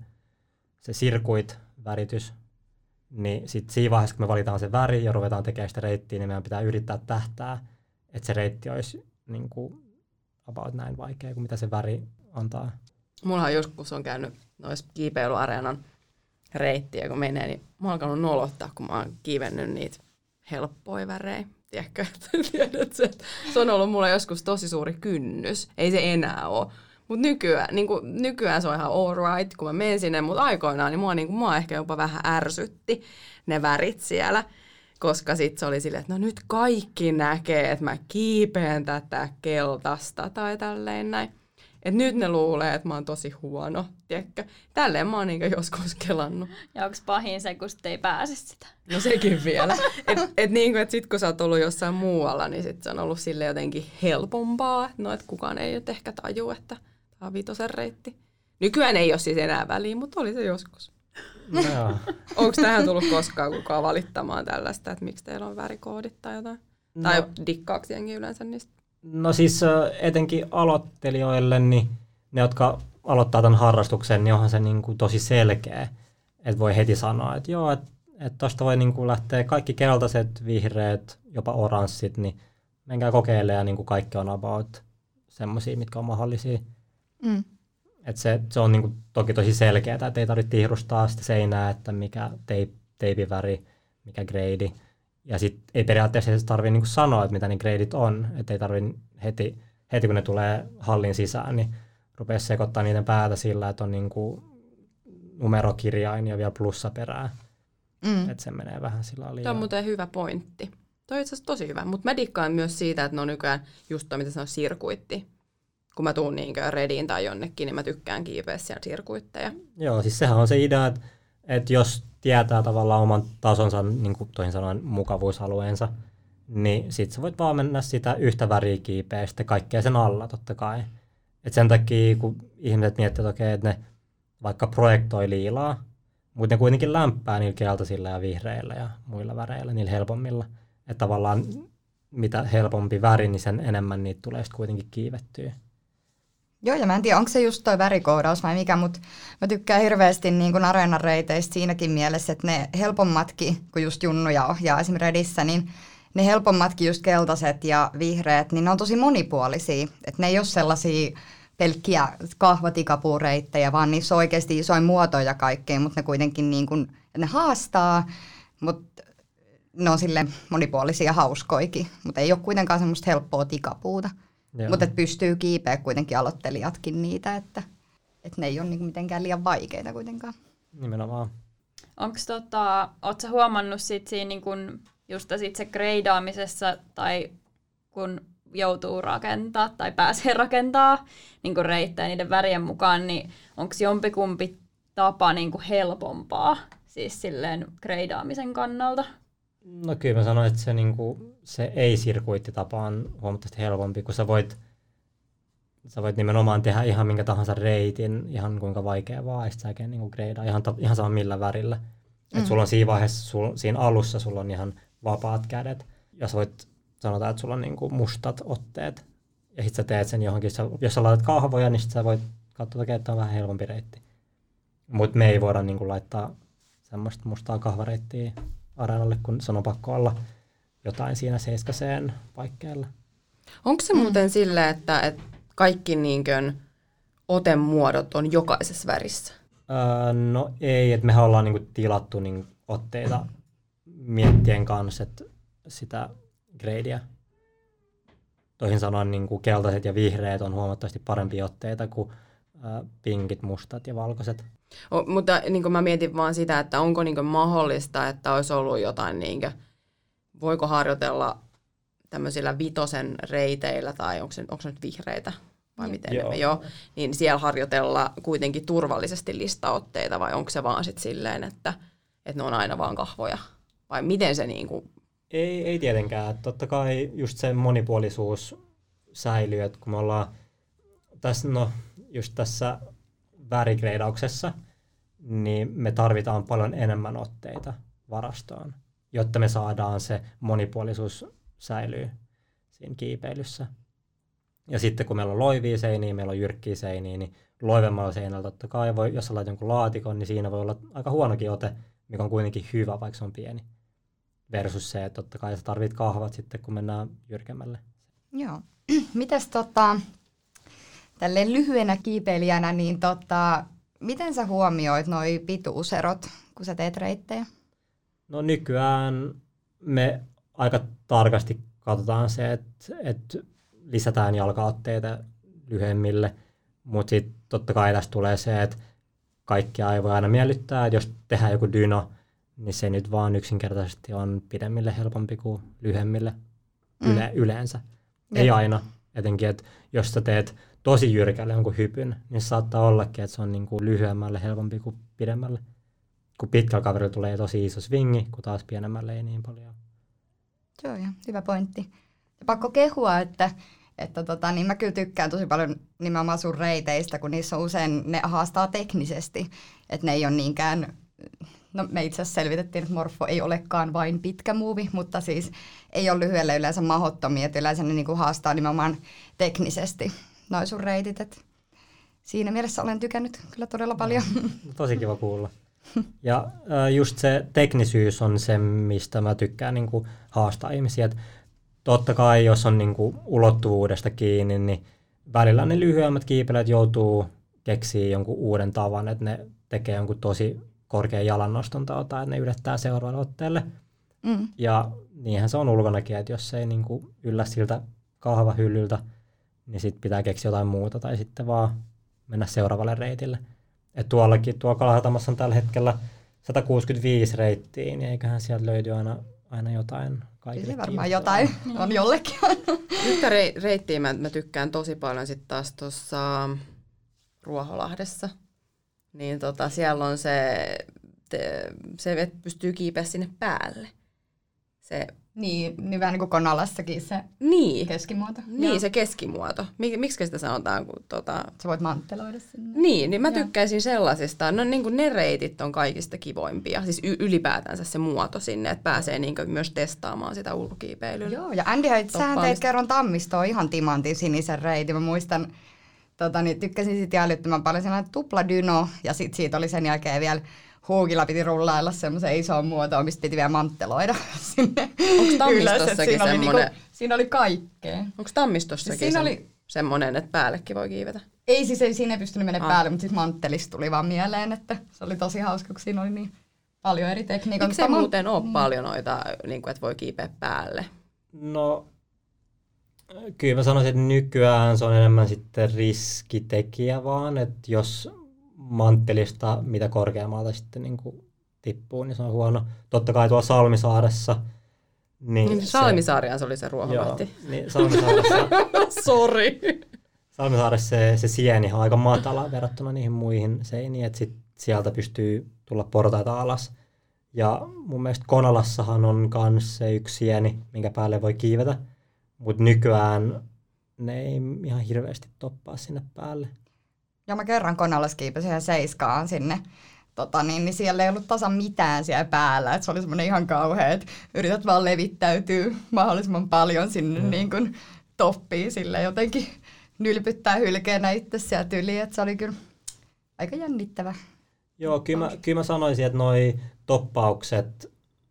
se circuit-väritys, niin sitten siinä vaiheessa, kun me valitaan se väri ja ruvetaan tekemään sitä reittiä, niin meidän pitää yrittää tähtää, että se reitti olisi niin kuin about näin vaikea kuin mitä se väri antaa. Mullahan joskus on käynyt noissa kiipeilyareenan reittiä, kun menee, niin mä oon alkanut nolottaa, kun mä oon kiivennyt niitä helppoja värejä. Tiedätkö, tiedät se, se on ollut mulla joskus tosi suuri kynnys. Ei se enää ole. Mutta nykyään, niin nykyään se on ihan all right, kun mä menen sinne, mutta aikoinaan niin mua, niin kuin, mua ehkä jopa vähän ärsytti ne värit siellä. Koska sitten se oli silleen, että no nyt kaikki näkee, että mä kiipeen tätä keltaista tai tälleen näin. Että nyt ne luulee, että mä oon tosi huono, tiedätkö? Tälleen mä oon niinku joskus kelannut. Ja onko pahin se, kun ei pääse sitä? No sekin vielä. Että et niinku, et sit kun sä oot ollut jossain muualla, niin sit se on ollut sille jotenkin helpompaa. No et kukaan ei nyt ehkä taju, että tää on viitosen reitti. Nykyään ei ole siis enää väliä, mutta oli se joskus. No. Onko tähän tullut koskaan kukaan valittamaan tällaista, että miksi teillä on värikoodit tai jotain? No. Tai dikkaako jengi yleensä niistä? No siis etenkin aloittelijoille, niin ne, jotka aloittaa tämän harrastuksen, niin onhan se niin kuin tosi selkeä. Että voi heti sanoa, että joo, että et tuosta voi niin kuin lähteä kaikki keltaiset, vihreät, jopa oranssit, niin menkää kokeilemaan ja niin kuin kaikki on about semmoisia, mitkä on mahdollisia. Mm. Että se, se on niin kuin toki tosi selkeää, että ei tarvitse tihrustaa sitä seinää, että mikä teip, teipiväri, mikä grade. Ja sitten ei periaatteessa tarvitse niinku sanoa, että mitä ne gradeit on. Että ei tarvitse heti, heti, kun ne tulee hallin sisään, niin rupea sekoittaa niiden päätä sillä, että on niinku numerokirjain ja vielä plussa perään. Mm. Että se menee vähän sillä liian. Tämä on muuten hyvä pointti. Toi on itse asiassa tosi hyvä. Mutta mä dikkaan myös siitä, että ne on nykyään just toi, mitä sanoo, sirkuitti. Kun mä tuun niinkö Rediin tai jonnekin, niin mä tykkään kiipeä siellä sirkuitteja. Joo, siis sehän on se idea, että, että jos tietää tavallaan oman tasonsa, niin kuin toisin sanoen mukavuusalueensa, niin sit sä voit vaan mennä sitä yhtä väriä kiipeä ja sitten kaikkea sen alla totta kai. Et sen takia, kun ihmiset miettivät, että okei, että ne vaikka projektoi liilaa, mutta ne kuitenkin lämpää niillä keltaisilla ja vihreillä ja muilla väreillä, niillä helpommilla. Että tavallaan mitä helpompi väri, niin sen enemmän niitä tulee sitten kuitenkin kiivettyä. Joo, ja mä en tiedä, onko se just toi värikoodaus vai mikä, mutta mä tykkään hirveästi niin kuin areenan reiteistä siinäkin mielessä, että ne helpommatkin, kun just junnuja ohjaa esimerkiksi Redissä, niin ne helpommatkin just keltaiset ja vihreät, niin ne on tosi monipuolisia. Että ne ei ole sellaisia pelkkiä kahvatikapureittejä, vaan niissä on oikeasti isoin muotoja ja kaikkea, mutta ne kuitenkin niin kuin, ne haastaa, mutta ne on sille monipuolisia ja hauskoikin, mutta ei ole kuitenkaan semmoista helppoa tikapuuta. Mutta pystyy kiipeä kuitenkin aloittelijatkin niitä, että, että ne ei ole niinku mitenkään liian vaikeita kuitenkaan. Nimenomaan. Onko tota, ootko huomannut sit siinä niin kun just sit se greidaamisessa tai kun joutuu rakentaa tai pääsee rakentaa niin kun reittejä niiden värien mukaan, niin onko jompikumpi tapa niin kun helpompaa siis silleen greidaamisen kannalta? No kyllä mä sanoin, että se, niinku, se ei-sirkuittitapa on huomattavasti helpompi, kun sä voit, sä voit nimenomaan tehdä ihan minkä tahansa reitin, ihan kuinka vaikea vaan, ja sit säkin niinku greidaa ihan, ihan sama millä värillä. Mm. Et sulla on siinä vaiheessa, sul, siinä alussa sulla on ihan vapaat kädet, ja sä voit sanotaan, että sulla on niinku mustat otteet, ja sit sä teet sen johonkin, jos sä laitat kahvoja, niin sit sä voit katsoa, että on vähän helpompi reitti. Mutta me ei voida niinku laittaa semmoista mustaa kahvareittiä areenalle, kun se on pakko olla jotain siinä seiskaseen paikkeella. Onko se muuten mm. silleen, että, että kaikki niinkön otemuodot on jokaisessa värissä? Öö, no ei, että mehän ollaan niinku tilattu niinku otteita miettien kanssa, että sitä gradea. Toisin sanoen niinku keltaiset ja vihreät on huomattavasti parempia otteita kuin ö, pinkit, mustat ja valkoiset. O, mutta niin mä mietin vaan sitä, että onko niin mahdollista, että olisi ollut jotain, niin kuin, voiko harjoitella tämmöisillä vitosen reiteillä, tai onko se, onko se nyt vihreitä, vai miten Joo. ne jo, niin siellä harjoitella kuitenkin turvallisesti listaotteita, vai onko se vaan sit silleen, että, että ne on aina vaan kahvoja, vai miten se niin kuin... Ei, ei tietenkään. Totta kai just se monipuolisuus säilyy, että kun me ollaan tässä, no, just tässä värigreidauksessa, niin me tarvitaan paljon enemmän otteita varastoon, jotta me saadaan se monipuolisuus säilyy siinä kiipeilyssä. Ja sitten kun meillä on loivia seiniä, meillä on jyrkkiä seiniä, niin loivemmalla seinällä totta kai, voi, jos sä laitat jonkun laatikon, niin siinä voi olla aika huonokin ote, mikä on kuitenkin hyvä, vaikka se on pieni. Versus se, että totta kai sä tarvit kahvat sitten, kun mennään jyrkemmälle. Joo. Mites tota, tälleen lyhyenä kiipeilijänä, niin tota, miten sä huomioit noi pituuserot, kun sä teet reittejä? No nykyään me aika tarkasti katsotaan se, että, että lisätään jalkaotteita lyhyemmille, mutta sitten totta kai tästä tulee se, että kaikkia ei voi aina miellyttää, että jos tehdään joku dyno, niin se nyt vaan yksinkertaisesti on pidemmille helpompi kuin lyhyemmille yle- mm. yleensä. Ei Jep. aina, etenkin, että jos sä teet tosi jyrkälle jonkun hypyn, niin se saattaa ollakin, että se on niin kuin lyhyemmälle helpompi kuin pidemmälle. Kun pitkällä kaverilla tulee tosi iso swingi, kun taas pienemmälle ei niin paljon. Se on ihan hyvä pointti. Ja pakko kehua, että, että tota, niin mä kyllä tykkään tosi paljon nimenomaan sun reiteistä, kun niissä on usein ne haastaa teknisesti, että ne ei ole niinkään... No me itse asiassa selvitettiin, että morfo ei olekaan vain pitkä muuvi, mutta siis ei ole lyhyelle yleensä mahdottomia, että yleensä ne niinku haastaa nimenomaan teknisesti noi sun reitit. Et siinä mielessä olen tykännyt kyllä todella paljon. No, tosi kiva kuulla. Ja äh, just se teknisyys on se, mistä mä tykkään niinku haastaa ihmisiä. Et totta kai, jos on niinku ulottuvuudesta kiinni, niin välillä ne lyhyemmät kiipeilijät joutuu keksiä jonkun uuden tavan, että ne tekee jonkun tosi korkean jalannoston tai että ne ylettää seuraavalle otteelle. Mm. Ja niinhän se on ulkonakin, että jos ei niinku yllä siltä kahvahyllyltä, niin sitten pitää keksiä jotain muuta tai sitten vaan mennä seuraavalle reitille. Et tuollakin, tuolla Kalahatamassa on tällä hetkellä sata kuusikymmentäviisi reittiä, niin eiköhän sieltä löydy aina, aina jotain kaikille. Kyllä varmaan jotain on jollekin. Yhtä re- reittiä mä, mä tykkään tosi paljon sitten taas tuossa Ruoholahdessa. Niin tota, siellä on se, te, se että pystyy kiipeä sinne päälle. Se, niin, niin vähän niin kuin Konalassakin se niin, keskimuoto. Niin, Joo. se keskimuoto. Mik, miksi sitä sanotaan? Kun, tota... Sä voit mantteloida sinne. Niin, niin mä tykkäisin Joo. sellaisista. No niin kuin ne reitit on kaikista kivoimpia. Siis y- ylipäätänsä se muoto sinne, että pääsee niin kuin myös testaamaan sitä ulkokiipeilyllä. Joo, ja Andy, sähän teit kerran Tammistoon ihan timantin sinisen reitin. Mä muistan... Tota, niin tykkäsin siitä älyttömän paljon sellainen tupladyno, ja sitten siitä oli sen jälkeen vielä huukilla piti rullailla semmoisen isoon muotoon, mistä piti vielä mantteloida sinne. Onko Tammistossakin siinä semmoinen? Oli niinku, siinä oli kaikkea. Onko Tammistossakin siinä oli, semmoinen, että päällekin voi kiivetä? Ei siis, ei siinä ei pystynyt menemään Ah. päälle, mutta siis manttelista tuli vaan mieleen, että se oli tosi hauska, kun siinä oli niin paljon eri tekniikoita. Miksi ei muuten ole mm. paljon noita, niin kuin, että voi kiipeä päälle? No, kyllä mä sanoisin, että nykyään se on enemmän sitten riskitekijä vaan, että jos manttelista mitä korkeammalta sitten niin kuin tippuu, niin se on huono. Totta kai tuolla Salmisaaressa. Niin niin Salmisaariaan se oli se ruohomahti. Joo, niin Salmisaaressa, Sori. Salmisaaressa se, se sieni on aika matala verrattuna niihin muihin seiniin, että sit sieltä pystyy tulla portaita alas. Ja mun mielestä Konalassahan on myös se yksi sieni, minkä päälle voi kiivetä, mutta nykyään ne ei ihan hirveästi toppaa sinne päälle. Ja mä kerran Konalas kiipesin ihan seiskaan sinne. Tota, niin, niin siellä ei ollut tasan mitään siellä päällä. Et se oli semmoinen ihan kauhea, että yrität vaan levittäytyä mahdollisimman paljon sinne mm. niin kun toppiin sille jotenkin nylpyttää hylkeenä itse sieltä yli. Et se oli kyllä aika jännittävä. Joo, kyllä mä, kyllä mä sanoisin, että noi toppaukset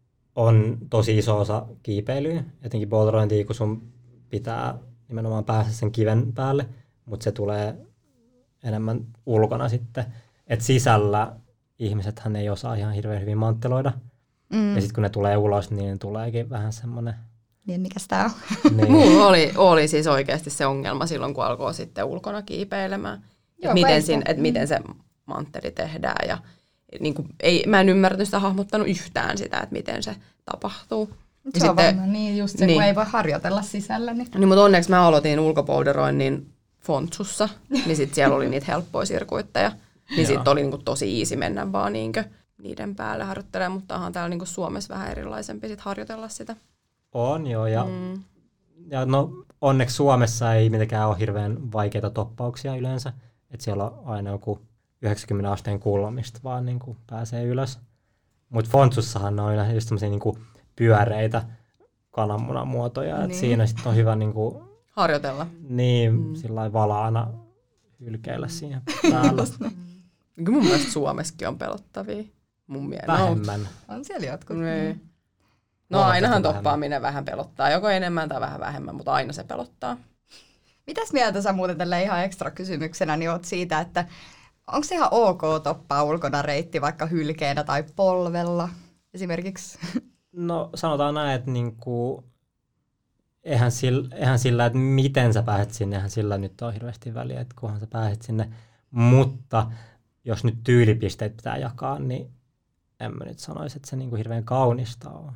on tosi iso osa kiipeilyä. Etenkin boulderointia, kun sun pitää nimenomaan päästä sen kiven päälle, mutta se tulee enemmän ulkona sitten. Että sisällä ihmisethän ei osaa ihan hirveän hyvin mantteloida. Mm. Ja sitten kun ne tulee ulos, niin tuleekin vähän semmoinen... Niin, mikäs tää on? Niin. Mulla oli, oli siis oikeasti se ongelma silloin, kun alkoi sitten ulkona kiipeilemään. Että miten, sin, et miten se mantteli tehdään. Ja, niin kuin, ei, mä en ymmärtänyt sitä, hahmottanut yhtään sitä, että miten se tapahtuu. Se ja on sitten, varmaan niin, just se, niin. kun ei voi harjoitella sisällä. Niin, niin mutta onneksi mä aloitin ulkopouderoinnin Fontsussa, niin sitten siellä oli niitä helppoja sirkuitteja. Niin sitten oli niinku tosi easy mennä vaan niinku niiden päälle harjoittelemaan, mutta onhan täällä niinku Suomessa vähän erilaisempi sit harjoitella sitä. On joo, ja, mm. ja no, onneksi Suomessa ei mitenkään ole hirveän vaikeita toppauksia yleensä. Että siellä on aina joku yhdeksänkymmentä asteen kulmista vaan niinku pääsee ylös. Mutta Fontsussahan ne on aina just semmosia niinku pyöreitä kananmunan muotoja, niin. Että siinä sitten on hyvä niinku... harjoitella. Niin, mm. sillain valaana hylkeillä siihen päällä. Kyllä mun mielestä Suomessakin on pelottavia. Mun mielestä. Vähemmän. No, on siellä jotkut. Niin. No ainahan toppaaminen vähän pelottaa. Joko enemmän tai vähän vähemmän, mutta aina se pelottaa. Mitäs mieltä sä muuten tällä ihan ekstra kysymyksenä niin oot siitä, että onko se ihan ok toppaa ulkona reitti vaikka hylkeenä tai polvella esimerkiksi? No sanotaan näin, että niinku, eihän, sillä, eihän sillä, että miten sä pääset sinne, eihän sillä nyt ole hirveästi väliä, että kunhan sä pääset sinne. Mutta jos nyt tyylipisteet pitää jakaa, niin en mä nyt sanoisi, että se niinku hirveän kaunista on.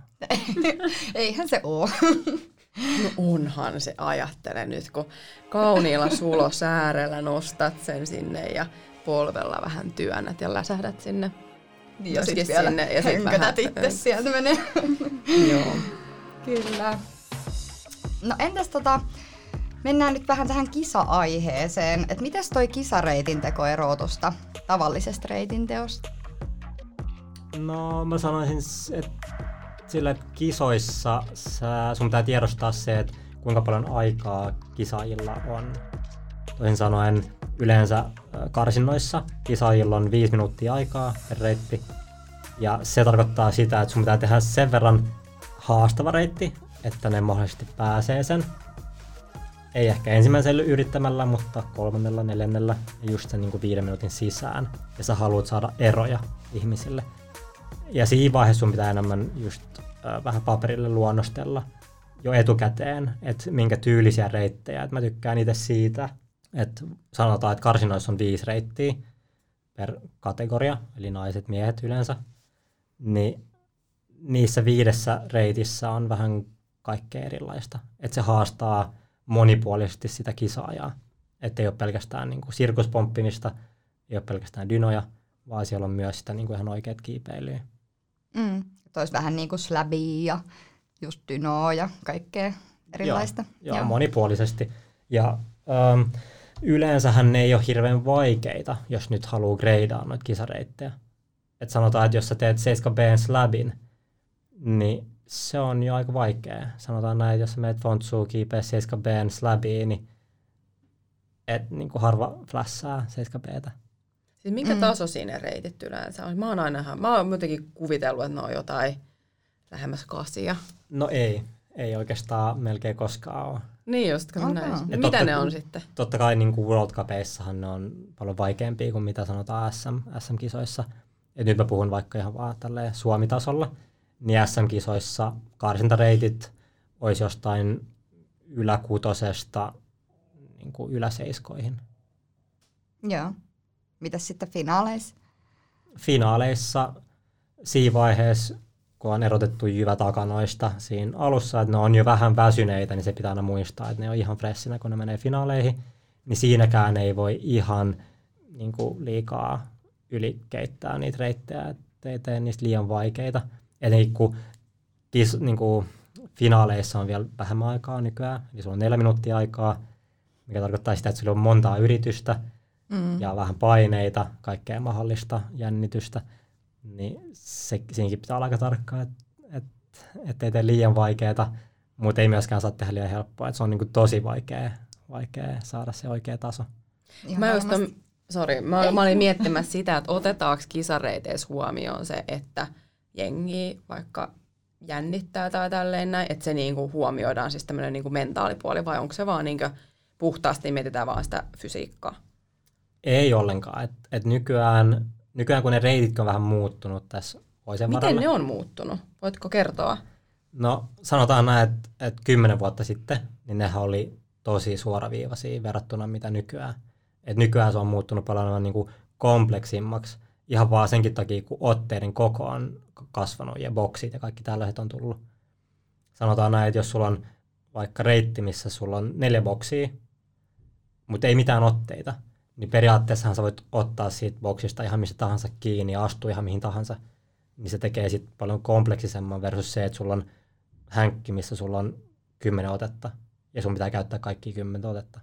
Eihän se ole. No onhan se, ajattele nyt, kun kauniilla sulosäärellä nostat sen sinne ja polvella vähän työnnät ja läsähdät sinne. Niin ja sitten vielä sinne, ja sit hönkötät itse sieltä menee. Joo. Kyllä. No entäs tota, mennään nyt vähän tähän kisa-aiheeseen. Että mites toi kisareitinteko eroo tuosta tavallisesta reitinteosta? No mä sanoisin, että sillä, että kisoissa sä, sun pitää tiedostaa se, että kuinka paljon aikaa kisaajilla on. Toisin sanoen yleensä karsinnoissa kisaajilla on viisi minuuttia aikaa per reitti. Ja se tarkoittaa sitä, että sun pitää tehdä sen verran haastava reitti, että ne mahdollisesti pääsee sen. Ei ehkä ensimmäisellä yrittämällä, mutta kolmannella, neljännellä ja just sen niin kuin viiden minuutin sisään. Ja sä haluat saada eroja ihmisille. Ja siinä vaiheessa sun pitää enemmän just äh, vähän paperille luonnostella jo etukäteen, että minkä tyylisiä reittejä. Et mä tykkään itse siitä, että sanotaan, että karsinoissa on viisi reittiä per kategoria, eli naiset, miehet yleensä. Niin niissä viidessä reitissä on vähän kaikkea erilaista. Että se haastaa monipuolisesti sitä kisaajaa. Että ei ole pelkästään niin kuin sirkuspomppimista, ei ole pelkästään dynoja, vaan siellä on myös sitä niin kuin ihan oikeat kiipeilyä. Mm. Tois vähän niin kuin slabia ja just dynoa ja kaikkea erilaista. Joo, joo, monipuolisesti. Ja ähm, yleensähän ne ei ole hirveän vaikeita, jos nyt haluaa greidaa noita kisareittejä. Et sanotaan, että jos sä teet seitsemän B:n slabin, niin se on jo aika vaikea. Sanotaan näin, että jos sä meet Fontsuun kiipeä seitsemän B:n slabiin, niin et niin kuin harva flashaa seitsemän B:tä. Siis minkä mm. tasoisia ne reitit yleensä on? Mä oon aina, mä oon jotenkin kuvitellut, että ne on jotain lähemmäs kasia. No ei. ei oikeastaan melkein koskaan ole. Niin just, kun Okay. näin. Ja Mitä totta- ne on sitten? Totta kai niin kuin World Cupeissahan ne on paljon vaikeampia kuin mitä sanotaan S M, S M-kisoissa. Et nyt mä puhun vaikka ihan vaan tälleen Suomi-tasolla. Niin S M-kisoissa karsintareitit olisi jostain yläkutosesta niin kuin yläseiskoihin. Joo. Mitäs sitten finaaleissa? Finaaleissa siinä vaiheessa, kun on erotettu jyvä takanoista siinä alussa, että ne on jo vähän väsyneitä, niin se pitää aina muistaa, että ne on ihan freshinä, kun ne menee finaaleihin. Niin siinäkään ei voi ihan niin kuin liikaa ylikeittää niitä reittejä, ettei tee niistä liian vaikeita. Etenkin kun kis, niin kuin finaaleissa on vielä vähemmän aikaa nykyään, eli sulla on neljä minuuttia aikaa, mikä tarkoittaa sitä, että sulla on montaa yritystä mm. ja vähän paineita, kaikkea mahdollista jännitystä, niin se, siinäkin pitää olla aika tarkkaa, että et, et ei tee liian vaikeaa, mutta ei myöskään saa tehdä liian helppoa, että se on niin kuin tosi vaikea, vaikea saada se oikea taso. Ihan Mä, just on, varmasti. sorry, mä, mä olin miettimässä sitä, että otetaanko kisareiteissa huomioon se, että jengi vaikka jännittää tai tälleen näin, että se niinku huomioidaan siis tämmöinen niinku mentaalipuoli, vai onko se vaan niinku puhtaasti mietitään vaan sitä fysiikkaa? Ei ollenkaan. Et, et nykyään, nykyään, kun ne reitit on vähän muuttunut tässä vuosien Miten varrella. ne on muuttunut? Voitko kertoa? No sanotaan näin, että et kymmenen vuotta sitten, niin nehän oli tosi suoraviivaisia verrattuna mitä nykyään. Et nykyään se on muuttunut paljon niin kuin kompleksimmaksi, ihan vaan senkin takia, kun otteiden koko on kasvanut ja boksit ja kaikki tällaiset on tullut. Sanotaan näin, että jos sulla on vaikka reitti, missä sulla on neljä boksia, mutta ei mitään otteita, niin periaatteessahan sä voit ottaa siitä boksista ihan missä tahansa kiinni ja astua ihan mihin tahansa. Niin se tekee sitten paljon kompleksisemman versus se, että sulla on hänkki, missä sulla on kymmenen otetta ja sun pitää käyttää kaikki kymmenen otetta.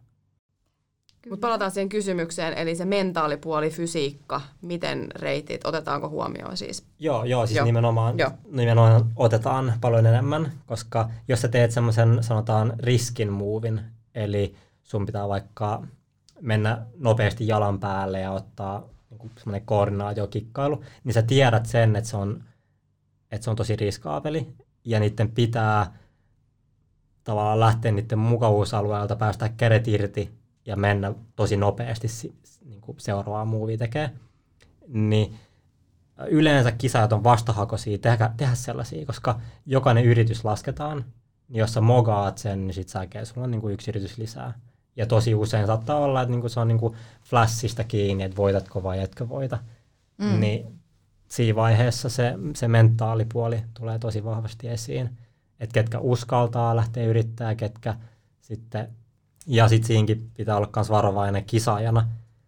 Mutta palataan siihen kysymykseen, eli se mentaalipuoli, fysiikka, miten reitit, otetaanko huomioon siis? Joo, joo siis Joo. Nimenomaan, Joo. nimenomaan otetaan paljon enemmän, koska jos sä teet semmoisen sanotaan riskin movin, eli sun pitää vaikka mennä nopeasti jalan päälle ja ottaa niin semmoinen koordinaatiokikkailu, niin sä tiedät sen, että se on, että se on tosi riskaapeli ja niiden pitää tavallaan lähteä niiden mukavuusalueelta, päästä kädet irti ja mennä tosi nopeasti niin kuin seuraavaa movia tekee. Niin yleensä kisajat on vastahakoisia tehdä, tehdä sellaisia, koska jokainen yritys lasketaan, niin jos sä mogaat sen, niin sit säkee, sulla on niin kuin yksi yritys lisää. Ja tosi usein saattaa olla, että niinku se on niinku flashista kiinni, että voitatko vai etkö voita. Mm. Niin siinä vaiheessa se, se mentaalipuoli tulee tosi vahvasti esiin. Että ketkä uskaltaa lähteä yrittää, ketkä sitten... Ja sitten siinäkin pitää olla myös varovainen kisaajana,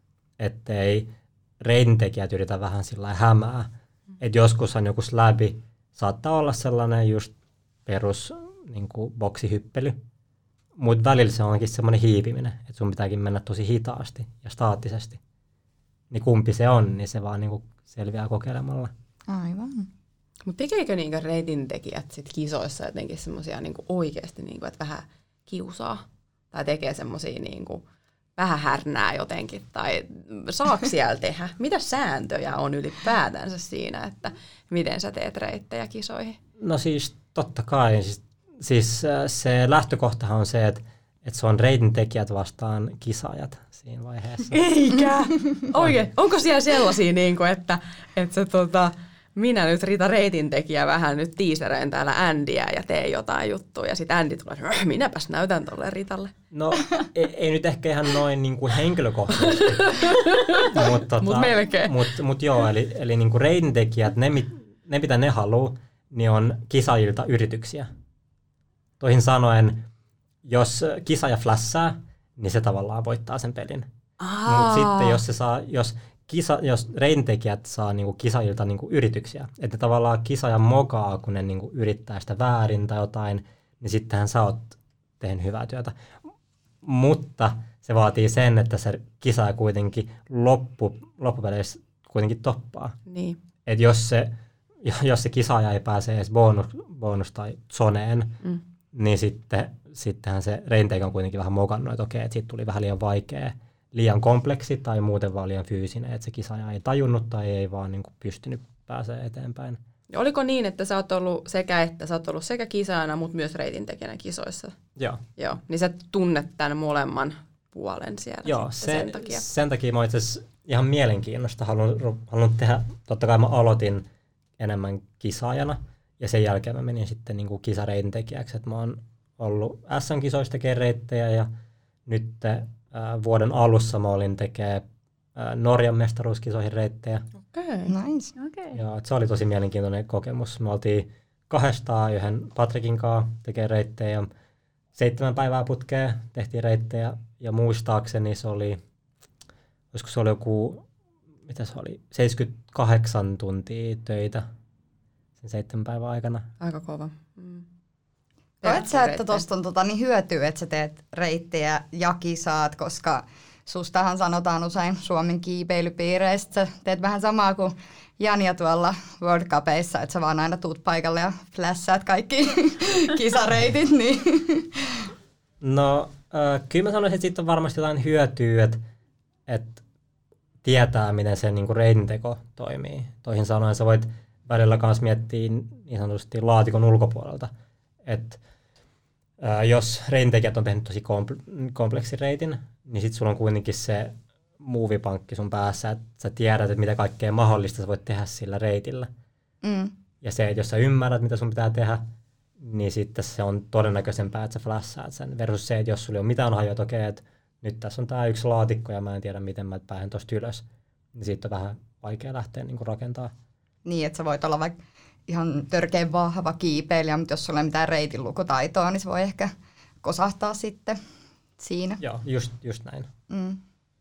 ettei reitintekijät yritä vähän sillä hämää. Mm. Että joskushan joku släbi saattaa olla sellainen just perus niinku boksihyppely. Mutta välillä se onkin semmoinen hiipiminen, että sun pitääkin mennä tosi hitaasti ja staattisesti. Niin kumpi se on, niin se vaan niinku selviää kokeilemalla. Aivan. Mutta tekeekö niinku reitintekijät sit kisoissa jotenkin semmoisia niinku oikeasti, niinku, että vähän kiusaa? Tai tekee semmoisia niinku vähän härnää jotenkin? Tai saako siellä tehdä? Mitä sääntöjä on ylipäätänsä siinä, että miten sä teet reittejä kisoihin? No siis totta kai. Siis, siis se lähtökohtahan on se, että, että se on reitintekijät vastaan kisaajat siinä vaiheessa. Eikä! Oikein. Onko siellä sellaisia, niin kuin, että, että se, tota, minä nyt Rita reitintekijä vähän nyt tiiseröin täällä Andyä ja teen jotain juttua ja sitten Andy tulee, että minäpäs näytän tolle Ritalle. No ei, ei nyt ehkä ihan noin niin kuin henkilökohtaisesti, mutta tota, Mut melkein. Mut, mut joo, eli, eli niin kuin reitintekijät, ne, ne mitä ne haluaa, niin on kisaajilta yrityksiä. Toisin sanoen, jos kisaaja flässää, niin se tavallaan voittaa sen pelin. Mutta sitten jos, se saa, jos, kisa, jos reitintekijät saa niinku kisaajilta niinku yrityksiä, että tavallaan kisaaja mokaa, kun ne niinku yrittää sitä väärin tai jotain, niin sittenhän sä oot tehnyt hyvää työtä. Mutta se vaatii sen, että se kisaaja kuitenkin loppu, loppupeleissä kuitenkin toppaa. Niin. Et jos se, jos se kisaaja ei pääse edes bonus, bonus tai zoneen, mm. niin sitten, sittenhän se reitintekijä on kuitenkin vähän mokannut, että okei, että siitä tuli vähän liian vaikea, liian kompleksi tai muuten vaan liian fyysinen, että se kisaaja ei tajunnut tai ei vaan niin kuin pystynyt pääsemään eteenpäin. Ja oliko niin, että sä oot ollut sekä että, sä oot ollut sekä kisaajana, mutta myös reitintekijänä kisoissa? Joo. Joo, niin sä tunnet tämän molemman puolen siellä. Joo, se, sen takia. Sen takia mä itse asiassa ihan mielenkiinnosta halunnut, halunnut tehdä, totta kai mä aloitin enemmän kisaajana ja sen jälkeen mä menin sitten niin kuin kisareitintekijäksi, että mä oon ollut S M-kisoissa tekemään reittejä ja nyt äh, vuoden alussa mä olin tekemään äh, Norjan mestaruuskisoihin reittejä. Okei. Okay. Nice. Okay. Ja se oli tosi mielenkiintoinen kokemus. Me oltiin kahdestaan yhden Patrikin kanssa tekemään reittejä ja seitsemän päivää putkeen tehtiin reittejä ja muistaakseni se oli, olisiko se oli joku, mitä se oli, seitsemänkymmentäkahdeksan tuntia töitä sen seitsemän päivän aikana. Aika kova. Mm. Koet sä, että tosta on tota, niin hyötyä, että sä teet reittejä ja kisaat, koska sustahan sanotaan usein Suomen kiipeilypiireistä, teet vähän samaa kuin Jania tuolla World Cupeissa, että sä vaan aina tuut paikalle ja flashaat kaikki kisareitit. Niin. No, äh, kyllä mä sanoisin, että siitä on varmasti jotain hyötyä, että, että tietää, miten se niin kuin reitinteko toimii. Toisin sanoen sä voit välillä myös miettiä niin sanotusti laatikon ulkopuolelta, että äh, jos reitintekijät on tehnyt tosi komple- kompleksin reitin, niin sit sulla on kuitenkin se muuvipankki sun päässä, että sä tiedät, että mitä kaikkea mahdollista sä voit tehdä sillä reitillä. Mm. Ja se, että jos sä ymmärrät, mitä sun pitää tehdä, niin sitten se on todennäköisempää, että sä flashaat sen. Versus se, että jos sulla ei ole mitään hajua, että okei, että nyt tässä on tää yksi laatikko ja mä en tiedä, miten mä pääsen tosta ylös, niin siitä on vähän vaikea lähteä niin kuin rakentaa. Niin, että sä voit olla vaikka ihan törkeän vahva kiipeilijä, mutta jos sulla ei ole mitään reitin lukutaitoa, niin se voi ehkä kosahtaa sitten siinä. Joo, just, just näin. Mm.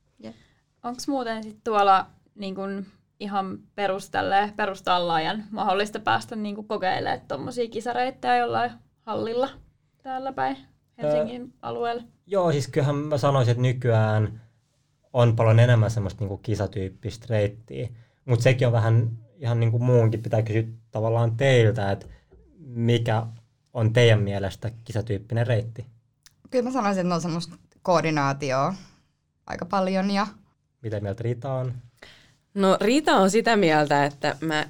Onko muuten sit tuolla niin kun ihan perustallaajan mahdollista päästä niin kun kokeilemaan tuommoisia kisareittejä jollain hallilla täällä päin Helsingin öö, alueella? Joo, siis kyllähän mä sanoisin, että nykyään on paljon enemmän semmoista niin kuin kisatyyppistä reittiä, mutta sekin on vähän ihan niin kuin muunkin pitää kysyä tavallaan teiltä, että mikä on teidän mielestä kisatyyppinen reitti? Kyllä mä sanoisin, että on semmoista koordinaatioa aika paljon. Ja mitä mieltä Riita on? No Riita on sitä mieltä, että mä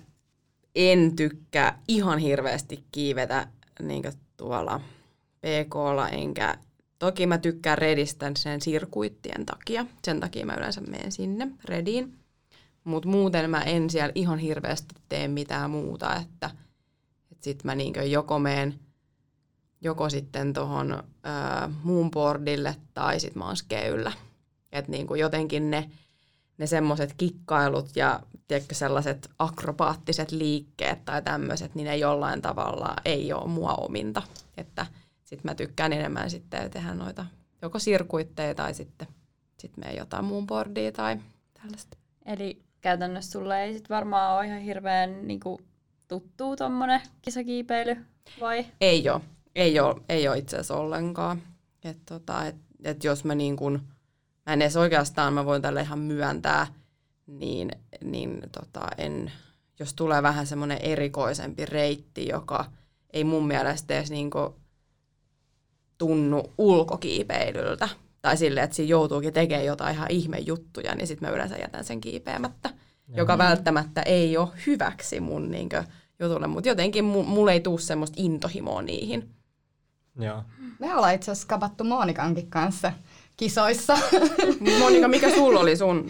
en tykkää ihan hirveästi kiivetä niin kuin tuolla P K:lla, enkä toki mä tykkään redistä sen sirkuittien takia. Sen takia mä yleensä menen sinne rediin. Mutta muuten mä en siellä ihan hirveästi tee mitään muuta, että, että sit mä niinkö joko meen joko sitten tohon ää, moonboardille tai sit mä oon skeyllä. Että niinku jotenkin ne, ne semmoset kikkailut ja tiedätkö, sellaiset akrobaattiset liikkeet tai tämmöiset, niin ne jollain tavalla ei ole mua ominta. Että sit mä tykkään enemmän sitten tehdä noita joko sirkuitteja tai sitten sit meen jotain moonboardia tai tällaista. Eli käytännössä sulle ei sit varmaan ole ihan hirveän niinku tuttuu tommonen kisakiipeily, vai? Ei ole. Ei ole, ei ole itse asiassa ollenkaan. Et tota, et, et jos mä niin kun, mä en edes oikeastaan, mä voin tälle ihan myöntää, niin, niin tota, en, jos tulee vähän semmoinen erikoisempi reitti, joka ei mun mielestä edes niin kun tunnu ulkokiipeilyltä, tai silleen, että siinä joutuukin tekemään jotain ihan ihmejuttuja, niin sitten mä yleensä jätän sen kiipeämättä, ja joka välttämättä ei ole hyväksi mun niin kun jutulle, mutta jotenkin mulle ei tule semmoista intohimoa niihin. Joo. Me ollaan itse asiassa kavattu Monikankin kanssa kisoissa. Monika, mikä sulla oli sun?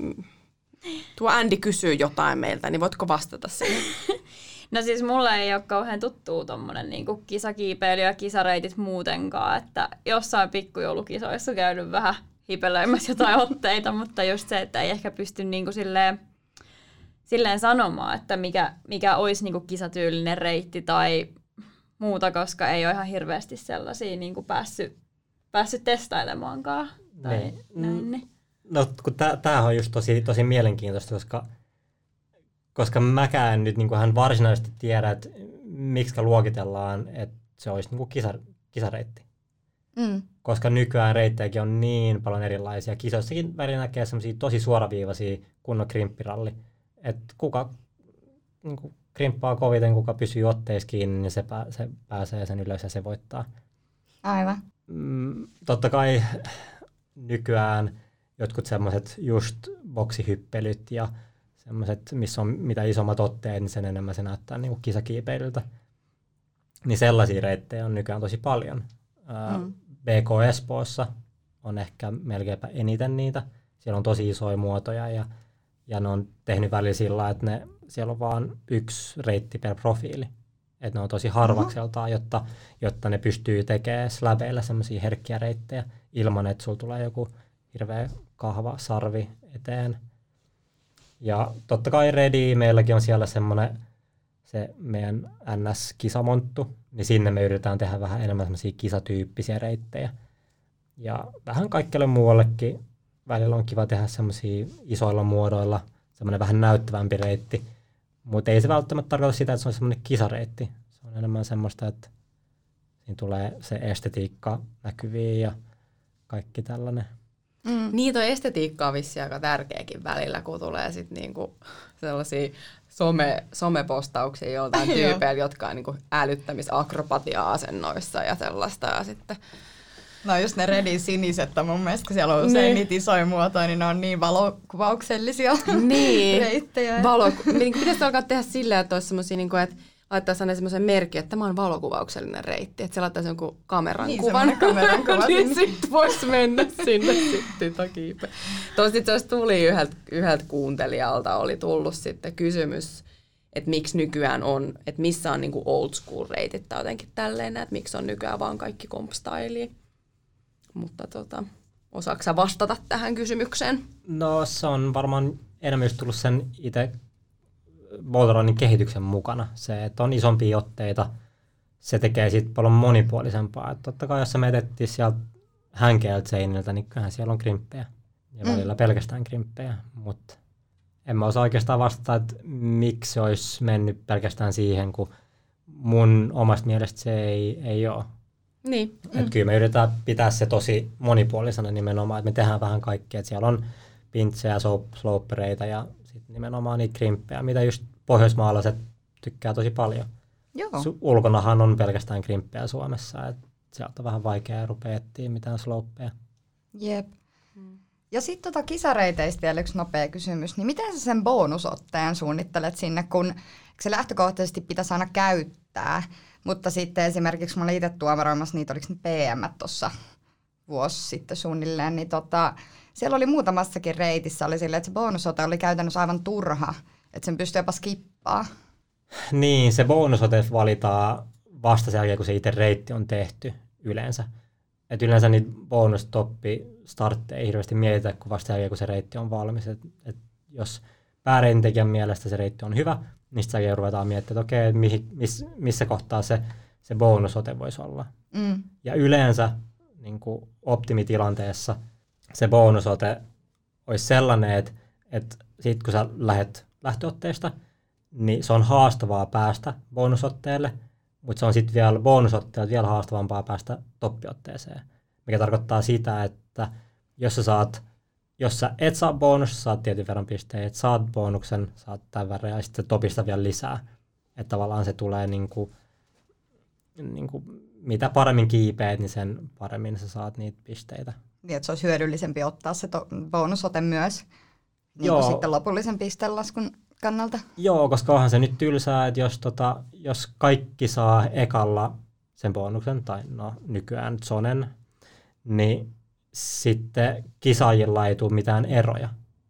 Tuo Andy kysyy jotain meiltä, niin voitko vastata siihen? No siis mulle ei ole kauhean tuttuu tommonen niinku kisakiipeily ja kisareitit muutenkaan, että jossain pikkujoulukisoissa käynyt vähän hipelöimässä jotain otteita, mutta just se, että ei ehkä pysty niinku silleen, silleen sanomaan, että mikä, mikä olisi niinku kisatyylinen reitti tai muuta, koska ei ole ihan hirveästi sellaisia niinku päässyt, päässyt testailemaankaan. Tai niin. näin, niin. No kun tämähän on just tosi, tosi mielenkiintoista, koska, koska mäkään en nyt niin hän varsinaisesti tiedä, että miksi luokitellaan, että se olisi niin kisa, kisareitti. Mm. Koska nykyään reittejäkin on niin paljon erilaisia. Kisoissakin välillä näkee sellaisia tosi suoraviivaisia kunnon krimppiralli. Että kuka niin kuin krimppaa koviten, kuka pysyy otteissa kiinni, niin se, pää, se pääsee sen ylös ja se voittaa. Aivan. Mm, totta kai nykyään jotkut semmoiset just boksihyppelyt ja semmoiset, missä on mitä isommat otteet, niin sen enemmän se näyttää niin kuin kisakiipeilyltä. Niin sellaisia reittejä on nykyään tosi paljon. Mm. B K Espoossa on ehkä melkeinpä eniten niitä. Siellä on tosi isoja muotoja ja, ja ne on tehnyt välillä sillä, että ne, siellä on vaan yksi reitti per profiili. Että ne on tosi harvakseltaan, jotta, jotta ne pystyy tekemään släbeillä semmoisia herkkiä reittejä ilman, että sulla tulee joku hirveä kahva sarvi eteen. Ja totta kai Redi, meilläkin on siellä semmoinen se meidän N S-kisamonttu, niin sinne me yritetään tehdä vähän enemmän semmoisia kisatyyppisiä reittejä. Ja vähän kaikkelle muuallekin välillä on kiva tehdä semmoisia isoilla muodoilla, semmoinen vähän näyttävämpi reitti. Mutta ei se välttämättä tarkoita sitä, että se on semmoinen kisareitti. Se on enemmän semmoista, että siinä tulee se estetiikka näkyviin ja kaikki tällainen. Mm. Niin, toi estetiikka on vissiin aika tärkeäkin välillä, kun tulee sitten niinku sellaisia some, somepostauksia joltain tyypeillä, jotka on niinku älyttämisakrobatia-asennoissa ja sellaista. Ja sitten no just ne Redin siniset on mun mielestä, kun siellä on usein niin. niitä isoja muotoja, niin ne on niin valokuvauksellisia niin. reittejä. Valo, niin pitäisi alkaa tehdä silleen, että olisi semmoisia, niin kuin, että laittaisi aina semmoisen merkin, että tämä on valokuvauksellinen reitti. Että se laittaisi jonkun kameran niin, kuvan. kameran kuva. niin sitten voisi mennä sinne sitten takiipe. Tuosta itse asiassa tuli yhdeltä, yhdeltä kuuntelijalta, oli tullut sitten kysymys, että miksi nykyään on, että missä on niin kuin old school reitit tai jotenkin tälleen, että miksi on nykyään vaan kaikki comp-stylia. Mutta tota, osaatko sä vastata tähän kysymykseen? No se on varmaan enemmän just tullut sen itse boulderoinnin kehityksen mukana. Se, että on isompia otteita, se tekee siitä paljon monipuolisempaa. Että totta kai jos sä metettiin sieltä hänkeältä seiniltä, niin kyllähän siellä on krimppejä. Ja mm. välillä pelkästään krimppejä. Mutta en mä osaa oikeastaan vastata, että miksi se olisi mennyt pelkästään siihen, kun mun omasta mielestä se ei, ei ole. Niin. Että mm. kyllä me yritetään pitää se tosi monipuolisena nimenomaan, että me tehdään vähän kaikkea. Että siellä on pintsejä, slopereita ja sitten nimenomaan niitä krimppejä, mitä just pohjoismaalaiset tykkää tosi paljon. Joo. Su- ulkonahan on pelkästään krimppejä Suomessa, että sieltä on vähän vaikea rupea etsiä mitään slopeja. Jep. Mm. Ja sitten tota kisareiteistä vielä yksi nopea kysymys. Niin miten sä sen bonusotteen suunnittelet sinne, kun se lähtökohtaisesti pitäisi aina käyttää? Mutta sitten esimerkiksi mä olin itse tuomaroimassa, niitä oliko ne P M tuossa vuosi sitten suunnilleen, niin tota, siellä oli muutamassakin reitissä oli silleen, että se bonusote oli käytännössä aivan turha, että sen pystyy jopa skippaa. Niin, se bonusote valitaan vasta sen jälkeen, kun se itse reitti on tehty yleensä. Et yleensä niitä bonustoppi-startteja ei hirveästi mietitä, kun vasta sen jälkeen, kun se reitti on valmis. Et, et jos pääreitintekijän mielestä se reitti on hyvä, niin sitten sen ruvetaan miettimään, että okei, mihin, miss, missä kohtaa se, se bonusote voisi olla. Mm. Ja yleensä niin kuin optimitilanteessa se bonusote olisi sellainen, että, että sit kun sä lähdet lähtöotteesta, niin se on haastavaa päästä bonusotteelle, mutta se on sitten vielä bonusotteelta vielä haastavampaa päästä toppiotteeseen. Mikä tarkoittaa sitä, että jos sä saat, jos sä et saa bonus, saat tietyn verran pisteitä, saat bonuksen, saat tämän verran ja sitten topista vielä lisää. Että tavallaan se tulee niinku, niinku, mitä paremmin kiipeät, niin sen paremmin sä saat niitä pisteitä. Niin, että se olisi hyödyllisempi ottaa se to- bonusote myös niin kuin sitten lopullisen pisteenlaskun kannalta. Joo, koska onhan se nyt tylsää, että jos, tota, jos kaikki saa ekalla sen bonuksen, tai no nykyään zonen, niin sitten kisaajilla ei tule mitään eroja.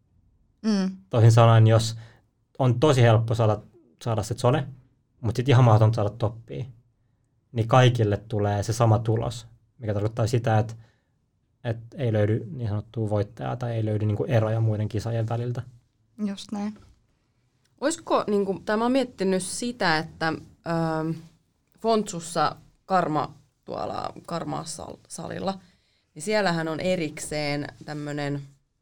Mm. Toisin sanoen, jos on tosi helppo saada, saada se zone, mutta sitten ihan mahdotonta saada toppia, niin kaikille tulee se sama tulos, mikä tarkoittaa sitä, että, että ei löydy niin sanottua voittajaa tai ei löydy niinku eroja muiden kisaajien väliltä. Just näin. Olisiko, niin kuin, tai mä oon miettinyt sitä, että ähm, Fontsussa Karma, tuolla Karma-salilla, niin siellähän on erikseen tämmöinen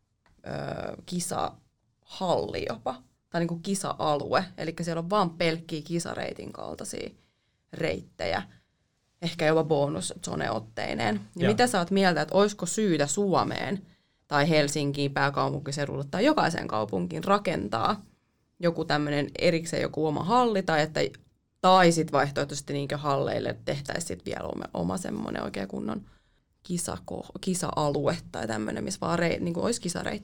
äh, kisahalli jopa, tai niin kuin kisa-alue, eli siellä on vaan pelkkiä kisareitin kaltaisia reittejä, ehkä jopa bonus-zone-otteineen. Ja mitä sä oot mieltä, että olisiko syytä Suomeen tai Helsinkiin pääkaupunkiseudulle tai jokaisen kaupunkiin rakentaa joku tämmöinen erikseen joku oma halli, tai, että, tai sitten vaihtoehtoisesti niinkö halleille tehtäisiin sit vielä oma, oma semmoinen oikein kunnon kisako, kisa-alue tai tämmöinen, missä vaan rei, niin olisi kisareittejä.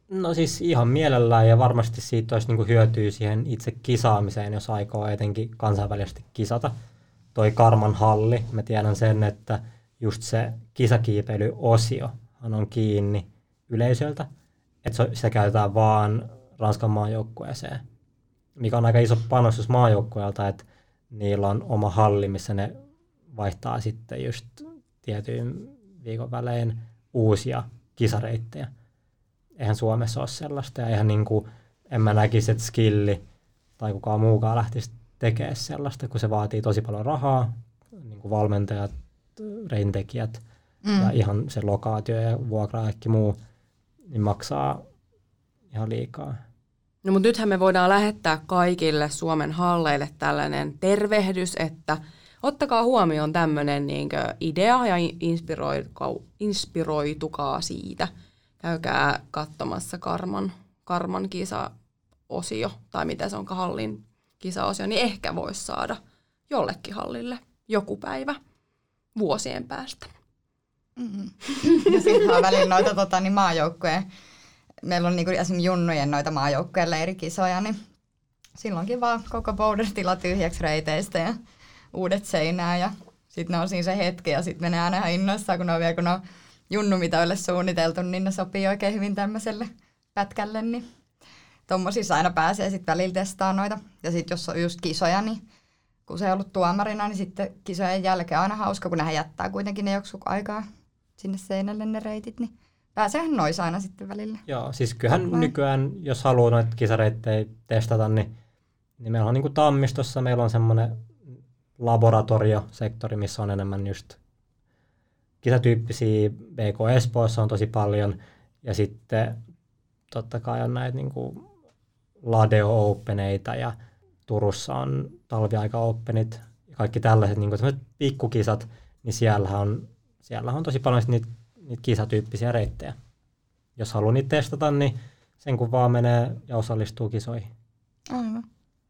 No siis ihan mielellään ja varmasti siitä olisi niinku hyötyä siihen itse kisaamiseen, jos aikoo etenkin kansainvälisesti kisata. Toi Karman halli, mä tiedän sen, että just se kisakiipeilyosio on kiinni yleisöltä, että sitä käytetään vaan Ranskan maajoukkueeseen, mikä on aika iso panostus maajoukkueelta, että niillä on oma halli, missä ne vaihtaa sitten just tietyin viikon välein uusia kisareittejä. Eihän Suomessa ole sellaista ja eihän niinku, en mä näkisi, että skilli tai kukaan muukaan lähtisi tekemään sellaista, kun se vaatii tosi paljon rahaa, niinku valmentajat, reintekijät mm. ja ihan se lokaatio ja vuokra ja kaikki muu, niin maksaa ihan liikaa. No mutta nythän me voidaan lähettää kaikille Suomen halleille tällainen tervehdys, että ottakaa huomioon tämmöinen niinkö idea ja inspiroitukaa, inspiroitukaa siitä. Käykää katsomassa Karman, Karman kisaosio, tai mitä se onkaan hallin kisaosio, niin ehkä voisi saada jollekin hallille joku päivä vuosien päästä. Mm-hmm. Ja sitten on välillä noita tota, niin maajoukkojen, meillä on niinku esimerkiksi junnujen noita maajoukkojen leirikisoja, niin silloinkin vaan koko boulder-tila tyhjäksi reiteistä ja uudet seinää ja sitten ne on siinä se hetki ja sitten menee aina ihan innoissaan, kun ne on vielä kun ne on junnumitoille suunniteltu, niin ne sopii oikein hyvin tämmöiselle pätkälle, niin tommosissa aina pääsee sitten välillä testaamaan noita. Ja sitten jos on just kisoja, niin kun se on ollut tuomarina, niin sitten kisojen jälkeen on aina hauska, kun nehän jättää kuitenkin ne joksuk aikaa sinne seinälle ne reitit, niin pääseehän noissa aina sitten välillä. Joo, siis kyllähän Vai? nykyään, jos haluaa noita kisareittejä testata, niin, niin meillä on niin kuin Tammistossa, meillä on semmoinen laboratoriosektori, missä on enemmän just kisatyyppisiä. B K Espoossa on tosi paljon ja sitten totta kai on näitä niin kuin Ladeo Openeita ja Turussa on talviaika Openit ja kaikki tällaiset niin kuin pikkukisat, niin siellähän on, siellähän on tosi paljon niitä, niitä kisatyyppisiä reittejä. Jos haluaa niitä testata, niin sen kun vaan menee ja osallistuu kisoihin. Aivan.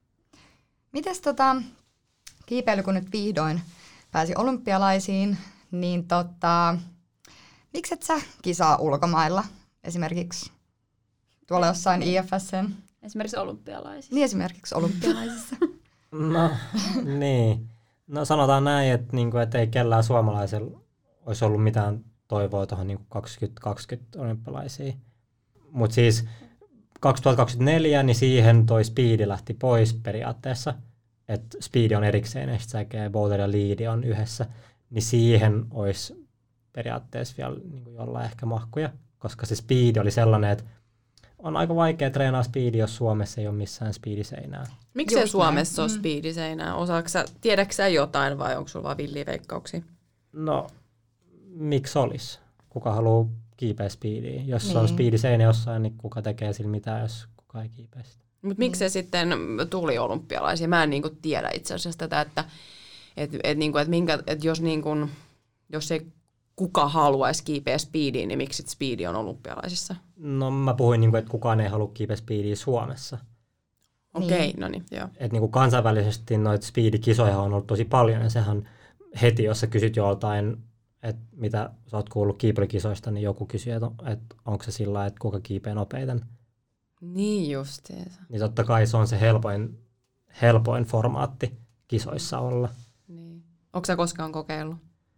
Mites tota, kiipeily kun nyt vihdoin pääsi olympialaisiin, niin tota, miksi et sä kisaa ulkomailla esimerkiksi tuolla jossain I F S:n? Esimerkiksi olympialaisissa. Niin, esimerkiksi olympialaisissa. No, niin. No sanotaan näin, että, niinku, että ei kellään suomalaisella olisi ollut mitään toivoa tuohon niinku kaksituhattakaksikymmentä olympialaisiin. Mutta siis kaksituhattakaksikymmentäneljä, niin siihen toi speedi lähti pois periaatteessa. Että speedi on erikseen ja sitten boulder ja lead on yhdessä. Niin siihen olisi periaatteessa vielä niin kuin jollain ehkä mahkuja, koska se speed oli sellainen, että on aika vaikea treenaa speedi, jos Suomessa ei ole missään speediseinää. Miksi se Suomessa näin. on speediseinää? Osaatko sä, tiedätkö sä jotain vai onko sulla vaan villiä veikkauksia? No, miksi olisi? Kuka haluaa kiipeä speediä? Jos niin. on speediseinä jossain, niin kuka tekee sillä mitään, jos kuka ei kiipeä sitä? Mutta miksi se sitten tuli olympialaisia? Mä en niinku tiedä itse asiassa tätä, että et, et niinku, et minkä, et jos, niinku, jos ei kuka haluaisi kiipeä speediin, niin miksi speedi on olympialaisissa? No mä puhuin, niinku, että kukaan ei halua kiipeä speediä Suomessa. Okei, okay, niin. no niin, joo. Et niinku kansainvälisesti noita speedikisoja on ollut tosi paljon, ja sehän heti, jos sä kysyt joltain, että mitä sä oot kuullut kiipeilykisoista, niin joku kysyy, että et onko se sillä, että kuka kiipeää nopeiten. Niin justiinsa. Niin totta kai se on se helpoin, helpoin formaatti kisoissa olla. Niin. Onko sä koskaan kokeillut?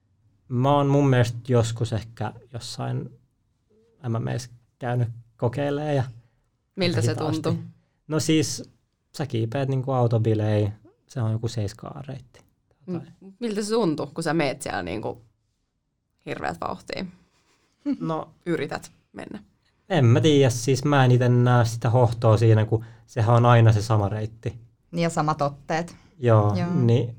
Mä oon mun mielestä joskus ehkä jossain M M A:ssä käynyt kokeilemaan. Ja miltä se hitaasti. tuntui? No siis sä kiipeät niinku autobilei, se on joku seiskaan reitti. M- miltä se tuntui, kun sä meet siellä niinku hirveät vauhtiin? No yrität mennä. En mä tiedä, siis mä en itse näe sitä hohtoa siinä, kun sehän on aina se sama reitti. Niin ja samat otteet. Joo, Joo. niin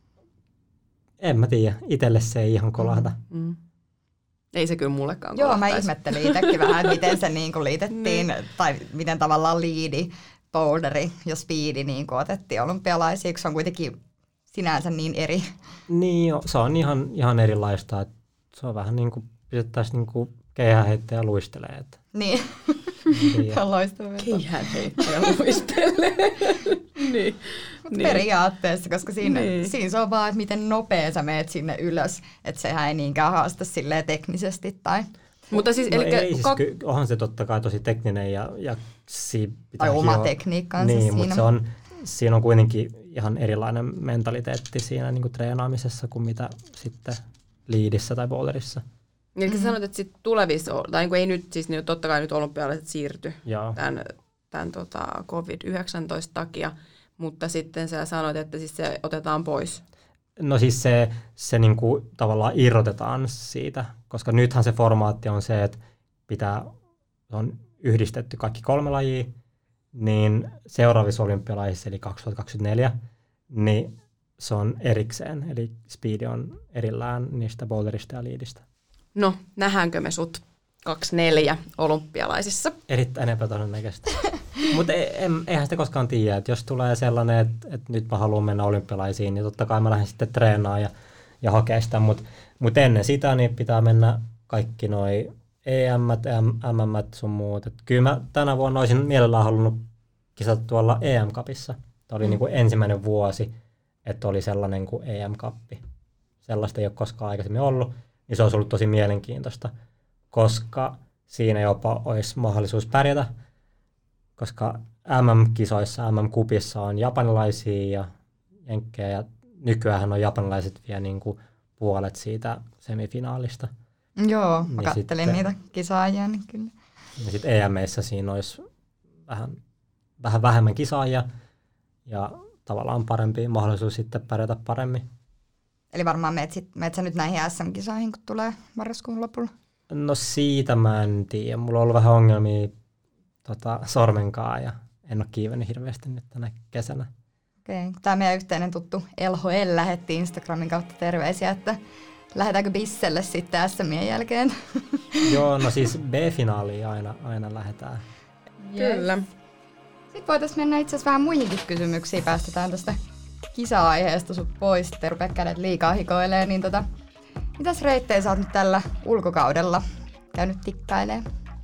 en mä tiedä, itselle se ei ihan kolahda. Mm. Mm. Ei se kyllä mullekaan Joo, kolahtaisi. mä ihmettelin itsekin vähän, että miten se niin kuin liitettiin, tai miten tavallaan liidi, boulderi ja speedi niin kuin otettiin olympialaisiin, kun se on kuitenkin sinänsä niin eri. Niin jo, se on ihan, ihan erilaista, että se on vähän niin kuin pidettäisiin niin kuin keihäänheittäjä luistelee. Että. Niin, on loistavaa. Keihäänheittäjä luistelee. niin. Mutta niin. periaatteessa, koska siinä, niin. siinä se on vaan, että miten nopea sä meet sinne ylös, että sehän ei niinkään haasta silleen teknisesti tai... Mutta siis, No elikkä, ei, siis kak- ky- onhan se totta kai tosi tekninen ja, ja siinä pitää Tai oma hioa- tekniikkaansa niin, siinä. mutta se on, siinä on kuitenkin ihan erilainen mentaliteetti siinä niin kuin treenaamisessa kuin mitä sitten liidissä tai boulderissa. Eli mm-hmm. sanoit, että sit tulevissa, tai niin kuin ei nyt, siis niin totta kai nyt olympialaiset siirty Joo. tämän, tämän tota covid yhdeksäntoista takia, mutta sitten sä sanoit, että siis se otetaan pois. No siis se, se niin kuin tavallaan irrotetaan siitä, koska nythän se formaatti on se, että pitää, on yhdistetty kaikki kolme lajia, niin seuraavissa olympialaisissa, eli kaksituhattakaksikymmentäneljä, niin se on erikseen, eli speedi on erillään niistä boulderista ja liidistä. No, nähdäänkö me sut kaksikymmentäneljä olympialaisissa? Erittäin epätodennäköistä. Mutta eihän sitä koskaan tiedä, että jos tulee sellainen, että, että nyt mä haluan mennä olympialaisiin, niin totta kai mä lähden sitten treenaamaan ja, ja hakea sitä, mutta mut ennen sitä niin pitää mennä kaikki noi E M, M M sun muut. Et kyllä mä tänä vuonna olisin mielellään halunnut kisata tuolla E M-kapissa. Tämä oli mm. niin kuin ensimmäinen vuosi, että oli sellainen kuin E M-kappi. Sellaista ei ole koskaan aikaisemmin ollut, niin se olisi ollut tosi mielenkiintoista, koska siinä jopa olisi mahdollisuus pärjätä, koska M M-kisoissa, M M-kupissa on japanilaisia ja jenkkejä, ja nykyään on japanilaiset vielä niin kuin puolet siitä semifinaalista. Joo, mä Niin kattelin sitten- niitä kisaajia, niin kyllä. Ja sitten E M:issä siinä olisi vähän, vähän vähemmän kisaajia ja tavallaan parempi mahdollisuus sitten pärjätä paremmin. Eli varmaan meet, sit, meet sä nyt näihin S M-kisoihin, kun tulee marraskuun lopulla. No siitä mä en tiedä. Mulla on ollut vähän ongelmia tota, sormenkaan ja en ole kiivennyt hirveästi nyt tänä kesänä. Okei. Tämä meidän yhteinen tuttu L H L lähetti Instagramin kautta terveisiä, että lähdetäänkö Bisselle sitten S M:ien jälkeen. Joo, no siis B-finaaliin aina, aina lähdetään. Kyllä. Sitten voitaisiin mennä itse asiassa vähän muihinkin kysymyksiin. Päästetään tästä kisa-aiheesta sut pois, ettei rupea kädet liikaa hikoilee. Niin tota, mitäs reittejä sä oot nyt tällä ulkokaudella käynyt tikkailemaan?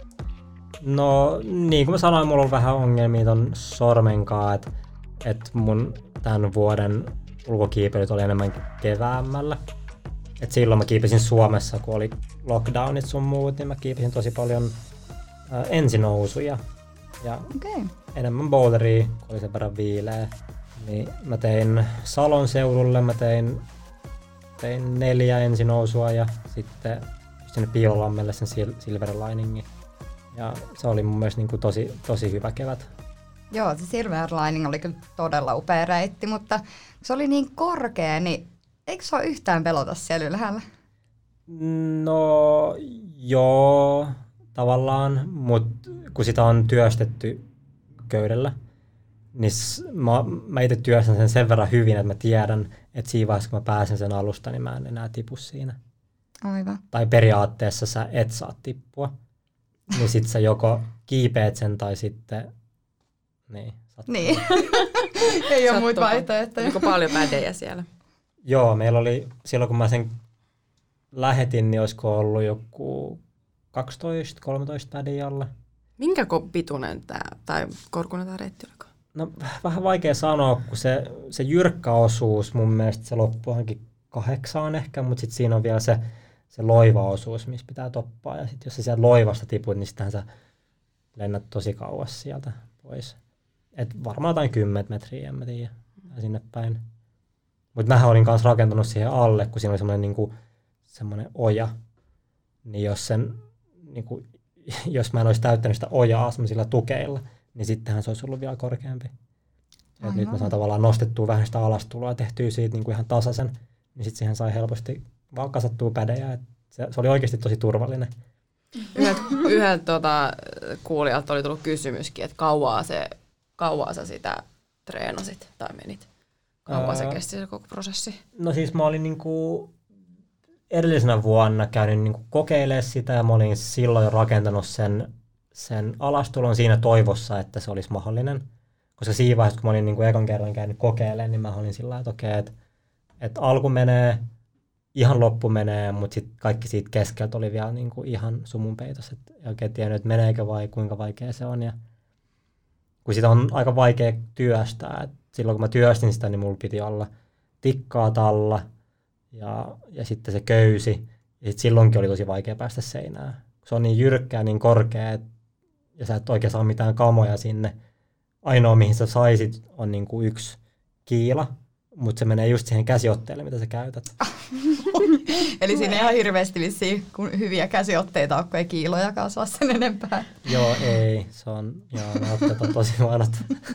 No niin kuin mä sanoin, mulla on vähän ongelmia ton sormenkaan, että et mun tämän vuoden ulkokiipeilyt oli enemmän keväämmällä. Et silloin mä kiipesin Suomessa, kun oli lockdownit sun muut, niin mä kiipesin tosi paljon ää, ensinousuja ja Okei. enemmän boulderia, kun oli sen verran viileä. Niin mä tein Salon seudulle, mä tein, tein neljä ensinousua ja sitten sinne Piilolammelle sen sil- Silver Liningin. Ja se oli mun mielestä niin kuin tosi, tosi hyvä kevät. Joo, se Silver Lining oli kyllä todella upea reitti, mutta kun se oli niin korkea, niin eikö se ole yhtään pelota siellä ylhäällä? No joo, tavallaan, mutta kun sitä on työstetty köydellä, niin s- mä, mä itse työstän sen sen verran hyvin, että mä tiedän, että siinä vaiheessa kun mä pääsen sen alusta, niin mä en enää tipu siinä. Aivan. Tai periaatteessa sä et saa tippua. Niin sit sä joko kiipeät sen tai sitten, niin. sattuu. Niin. Ei ole muita Sattuupa. vaihtoehtoja. Oliko paljon pädejä siellä? Joo, meillä oli, silloin kun mä sen lähetin, niin olisiko ollut joku kaksitoista kolmetoista pädiä alle. Minkä ko- pituinen tää, tai korkuinen tämä reitti oliko? No vähän vaikea sanoa, kun se, se jyrkkä osuus mun mielestä se loppuu ainakin kahdeksaan ehkä, mutta sitten siinä on vielä se, se loiva-osuus, missä pitää toppaa. Ja sitten jos sä sieltä loivasta tiput, niin sittenhän sä lennät tosi kauas sieltä pois. Et varmaan jotain kymmentä metriä, en mä tiedä, sinne päin. Mutta mähän olin kanssa rakentanut siihen alle, kun siinä oli semmoinen niinku, semmoinen oja. Niin jos, sen, niinku, jos mä en olisi täyttänyt sitä ojaa semmoisilla tukeilla, niin sittenhän se olisi ollut vielä korkeampi. Et nyt mä saan tavallaan nostettua vähän sitä alastuloa ja tehtyä siitä niinku ihan tasaisen, niin sitten siihen sai helposti vaan kasattua pädejä. Et se, se oli oikeasti tosi turvallinen. Yhdeltä, yhdeltä tota, kuulijalta oli tullut kysymyskin, että kauaa, se, kauaa sä sitä treenasit tai menit? Kauan se Ää, kesti se koko prosessi? No siis mä olin niinku edellisenä vuonna käynyt niinku kokeilemaan sitä ja mä olin silloin jo rakentanut sen, sen alastulon siinä toivossa, että se olisi mahdollinen. Koska siinä vaiheessa, kun mä olin niinku ekan kerran käynyt kokeilemaan, niin mä olin sillä lailla, että okei, että, että alku menee, ihan loppu menee, mutta sitten kaikki siitä keskeltä oli vielä niinku ihan sumun peitos. Et ei oikein tiennyt, että meneekö vai kuinka vaikea se on. Ja kun sitä on aika vaikea työstää. Et silloin kun mä työstin sitä, niin mulla piti olla tikkaa talla ja, ja sitten se köysi. Ja sit silloinkin oli tosi vaikea päästä seinään. se on niin jyrkkä ja niin korkea, et, ja sä et oikein saa mitään kamoja sinne. Ainoa, mihin sä saisit, on niin kuin yksi kiila, mutta se menee just siihen käsiotteelle, mitä sä käytät. Eli siinä ei ihan hirveästi vissiin, kun hyviä käsiotteita on, kun ei kiilojakaan saa sen enempää. Joo, ei. Se on, joo, ne otteet on tosi huonot.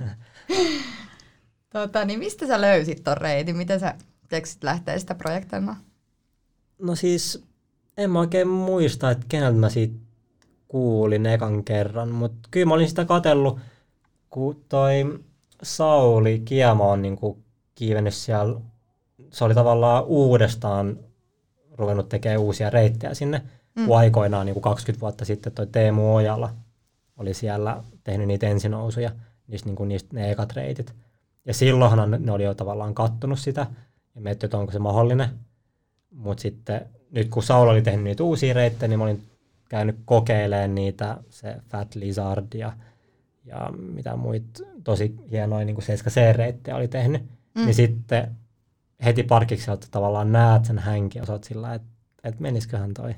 Tota, niin mistä sä löysit ton reitin? Miten sä keksit lähteä sitä projektoimaan? No siis, en mä oikein muista, että keneltä mä siitä kuulin ekan kerran, mutta kyllä mä olin sitä katsellut, kun toi Sauli Kiemo on niinku kiivennyt siellä, se oli tavallaan uudestaan ruvennut tekemään uusia reittejä sinne, mm. kun aikoinaan niin kaksikymmentä vuotta sitten toi Teemu Ojala oli siellä tehnyt niitä ensinousuja, niistä, niin kuin niistä ne ekat reitit. Ja silloinhan ne oli jo tavallaan kattonut sitä ja miettii, että onko se mahdollinen. Mutta sitten nyt kun Saul oli tehnyt niitä uusia reittejä, niin mä olin käynyt kokeilemaan niitä, se Fat Lizard ja, ja mitä muita tosi hienoja niin kuin seitsemän C-reittejä oli tehnyt. Mm. Niin sitten heti parkikselta tavallaan näet sen hänkin ja sä oot sillä, että et menisiköhän toi.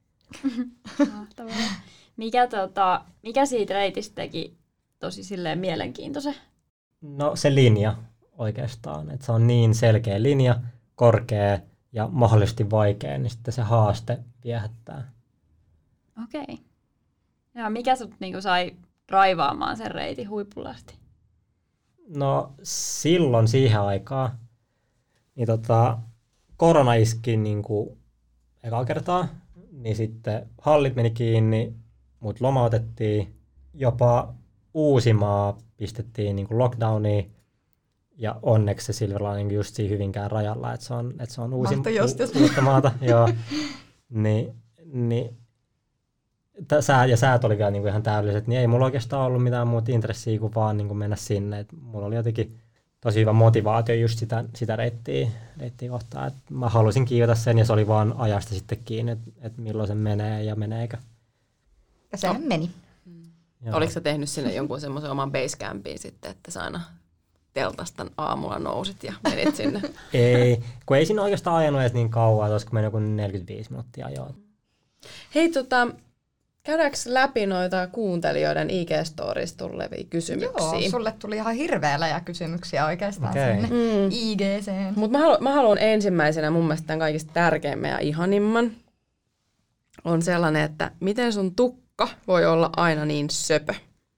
mikä, tota, mikä siitä reitistä teki tosi silleen mielenkiintoisen? No se linja oikeastaan, että se on niin selkeä linja, korkea ja mahdollisesti vaikea, niin sitten se haaste viehättää. Okei. Okay. Ja mikä sut niinku sai raivaamaan sen reitin huippulasti? No silloin siihen aikaan, niin tota, korona iski niinku ekaa kertaa, niin sitten hallit meni kiinni, mut lomautettiin, jopa Uusimaa pistettiin niinku lockdowniin, ja onneksi se Silver Lining just siinä Hyvinkään rajalla, että se on, et se on uusi, u- uutta maata. Joo. Ni, ni, t- sää, ja säät oli vielä niinku ihan täydelliset, niin ei mulla oikeastaan ollut mitään muuta intressiä kuin vaan niinku mennä sinne. Et mulla oli jotenkin tosi hyvä motivaatio just sitä, sitä reittiä, reittiä kohtaan. Et mä halusin kiivetä sen ja se oli vaan ajasta sitten kiinni, että et milloin se menee ja meneekö. Ja sehän no. meni. Joo. Oliko sä tehnyt sinne jonkun semmoisen oman basecampin sitten, että sä aina teltasta aamulla nousit ja menit sinne? Ei, kun ei siinä oikeastaan ajanut edes niin kauan, että olisiko mennyt joku neljäkymmentäviisi minuuttia. Joo. Hei, tota, käydäänkö läpi noita kuuntelijoiden I G-storista tulevia kysymyksiä? Joo, sulle tuli ihan hirveä läjä kysymyksiä oikeastaan okay. sinne mm. I G:seen. Mutta mä, halu, mä haluan ensimmäisenä, mun mielestä tämän kaikista tärkeimmän ja ihanimman, on sellainen, että miten sun tukka voi olla aina niin söpö?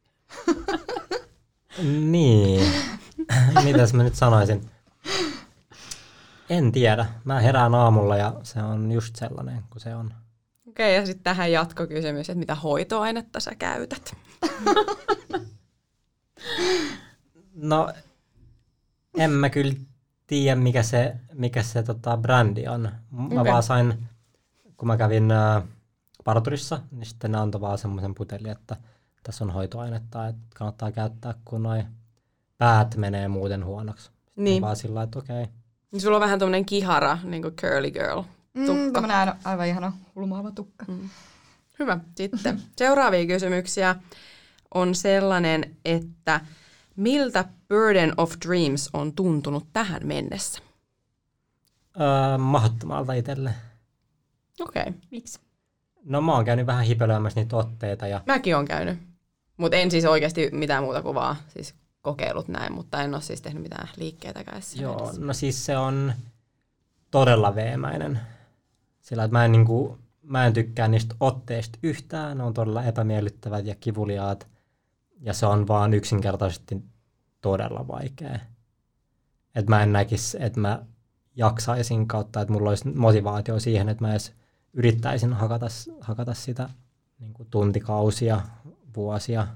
Niin. Mitäs mä nyt sanoisin? En tiedä. Mä herään aamulla ja se on just sellainen kuin se on. Okei, okay, ja sitten tähän jatkokysymys, että mitä hoitoainetta sä käytät? No, en mä kyllä tiedä, mikä se, mikä se tota, brändi on. Mä okay. vaan sain, kun mä kävin ä, parturissa, niin sitten ne antoi vaan semmoisen putelin, että tässä on hoitoainetta, että kannattaa käyttää, kun noi päät menee muuten huonoksi. Niin. Vaan sillä että okei. Okay. Niin sulla on vähän tommonen kihara, niin kuin curly girl tukka. Mm, tämmönen aivan ihana hulmaava tukka. Mm. Hyvä. Sitten seuraavia kysymyksiä on sellainen, että miltä Burden of Dreams on tuntunut tähän mennessä? Öö, mahdottomalta itselle. Okei. Okay. Miksi? No mä oon käynyt vähän hipelöimässä niitä otteita. Ja mäkin oon käynyt. Mutta en siis oikeasti mitään muuta kuin vaan siis kokeilut näin, mutta en ole siis tehnyt mitään liikkeitäkään. Joo, edessä. no siis se on todella veemäinen. Sillä että mä en, niin kuin, mä en tykkää niistä otteista yhtään, ne on todella epämiellyttävät ja kivuliaat. Ja se on vaan yksinkertaisesti todella vaikea. Että mä en näkisi, että mä jaksaisin kautta, että mulla olisi motivaatio siihen, että mä edes yrittäisin hakata, hakata sitä niin kuin tuntikausia, vuosia.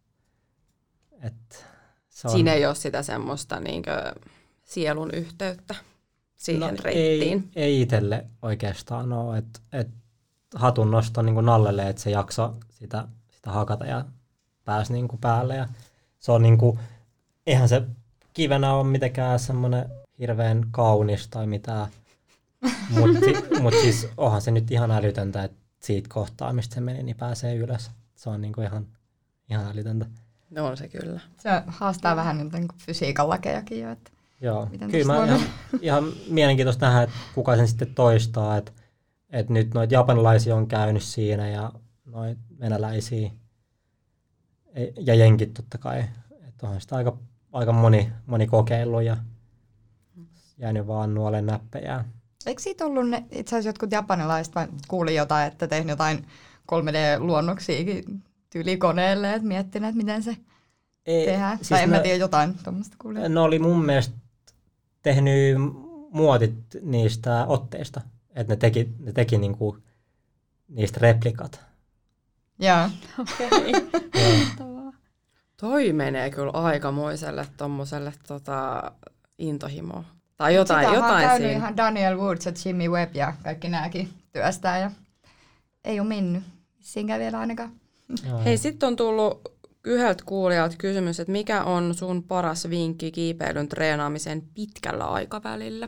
Et se on... Siinä ei ole sitä semmoista niin kuin sielun yhteyttä siihen no, reittiin. Ei, ei itselle oikeastaan ole. Et, et hatun nosto niin kuin Nallelle, että se jakso sitä, sitä hakata ja pääsi niin kuin päälle. Ja se on niin kuin, eihän se kivenä ole mitenkään semmoinen hirveän kaunis tai mitään. Mutta mut siis onhan se nyt ihan älytöntä, että siitä kohtaa, mistä se meni, niin pääsee ylös. Se on niinku ihan, ihan älytöntä. No on se kyllä. Se haastaa vähän niin kuin fysiikan lakejakin jo. Että joo, kyllä mä ihan, ihan mielenkiintoista nähdä, että kuka sen sitten toistaa. Että et nyt noita japanilaisia on käynyt siinä ja noin venäläisiä ja jenkit totta kai. Että onhan sitä aika, aika moni, moni kokeillut ja jäänyt vaan nuolen näppejään. Eikö siitä ollut ne, itse asiassa jotkut japanilaiset, vai kuulin jotain, että tehnyt jotain kolme D-luonnoksiakin tyylikoneelle, että miettinyt, että miten se Ei, tehdään. Siis tai en ne, mä tiedä, jotain tuommoista kuulin. Ne oli mun mielestä tehnyt muotit niistä otteista, että ne teki, ne teki niinku niistä replikat. Joo. Okei. Toi menee kyllä aikamoiselle tommoselle tota, intohimoon. Tai jotain, sitä jotain on käynyt siinä. ihan Daniel Woods ja Jimmy Webb ja kaikki nääkin työstää ja ei ole mennyt. Siinäkään vielä ainakaan. Hei, sitten on tullut yhdeltä kuulijalta kysymys, että mikä on sun paras vinkki kiipeilyn treenaamisen pitkällä aikavälillä?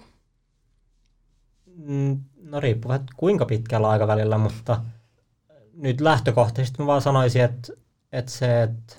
No riippuu vähän kuinka pitkällä aikavälillä, mutta nyt lähtökohtaisesti mä vaan sanoisin, että, että se, että,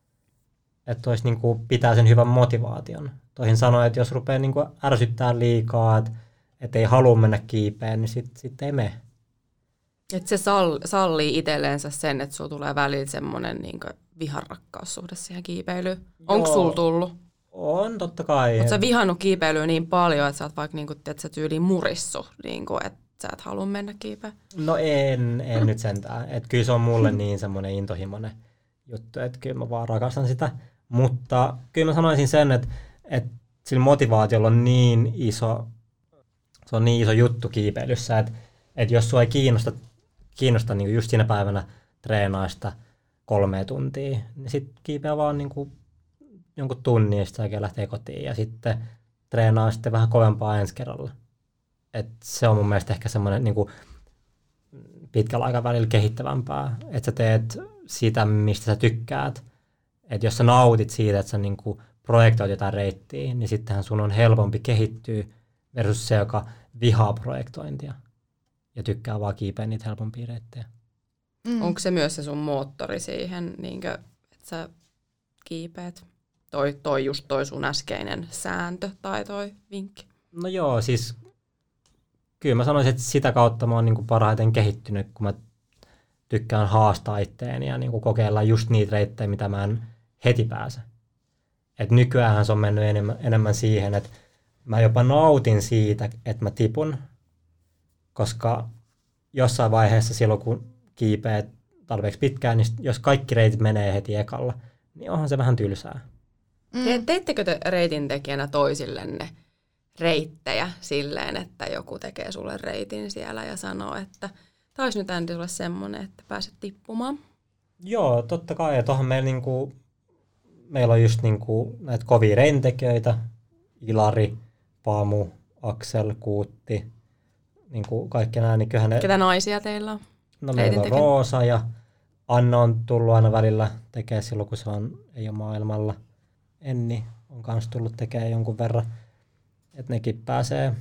että olisi niin kuin pitää sen hyvän motivaation. Toisin sanoen, että jos rupeaa niin kuin ärsyttää liikaa, että, että ei halua mennä kiipeen, niin sitten sit ei mene. Että se sall, sallii itselleensä sen, että sulla tulee välillä semmoinen niin kuin vihanrakkaussuhde siihen kiipeilyyn. Onko sulla tullut? On, totta kai. Oletko sä vihannut kiipeilyä niin paljon, että sä oot vaikka niinku, että sä tyyliin murissu, niinku, että sä et halua mennä kiipeen? No en, en nyt sentään. Et kyllä se on mulle niin semmoinen intohimoinen juttu, että kyllä mä vaan rakastan sitä. Mutta kyllä mä sanoisin sen, että, että sillä motivaatiolla on niin iso, se on niin iso juttu kiipeilyssä, että, että jos sua ei kiinnosta, kiinnosta niin just siinä päivänä treenaa sitä kolme tuntia, niin sit kiipeä vaan niin kuin jonkun tunnin ja sitten oikein lähtee kotiin ja sitten treenaa sitten vähän kovempaa ensi kerralla. Et se on mun mielestä ehkä semmoinen niin kuin pitkällä aikavälillä kehittävämpää, että sä teet sitä, mistä sä tykkäät. Että jos sä nautit siitä, että sä niin kuin projektoit jotain reittiä, niin sittenhän sun on helpompi kehittyä versus se, joka vihaa projektointia ja tykkää vaan kiipeä niitä helpompia reittejä. Mm. Onko se myös se sun moottori siihen, niin kuin, että sä kiipeät? Toi, toi just toi sun äskeinen sääntö tai toi vinkki? No joo, siis kyllä mä sanoisin, että sitä kautta mä oon niin kuin parhaiten kehittynyt, kun mä tykkään haastaa itteeni ja niin kuin kokeilla just niitä reittejä, mitä mä en heti pääse. Et nykyäänhän se on mennyt enemmän, enemmän siihen, että mä jopa nautin siitä, että mä tipun, koska jossain vaiheessa silloin, kun kiipeät tarpeeksi pitkään, niin jos kaikki reitit menee heti ekalla, niin onhan se vähän tylsää. Mm. Te, teettekö te reitintekijänä toisillenne reittejä silleen, että joku tekee sulle reitin siellä ja sanoo, että tämä olisi nyt Andy sulle semmoinen, että pääset tippumaan? Joo, totta kai. Ja tuohon meillä, niinku, meillä on just niinku näitä kovia reitintekijöitä. Ilari, Pamu, Aksel, Kuutti, niinku kaikki nämä. Niin ne, ketä naisia teillä on? No meillä on Roosa ja Anna on tullut aina välillä tekemään silloin, kun se on, ei ole maailmalla. Enni on myös tullut tekemään jonkun verran, että nekin pääsee,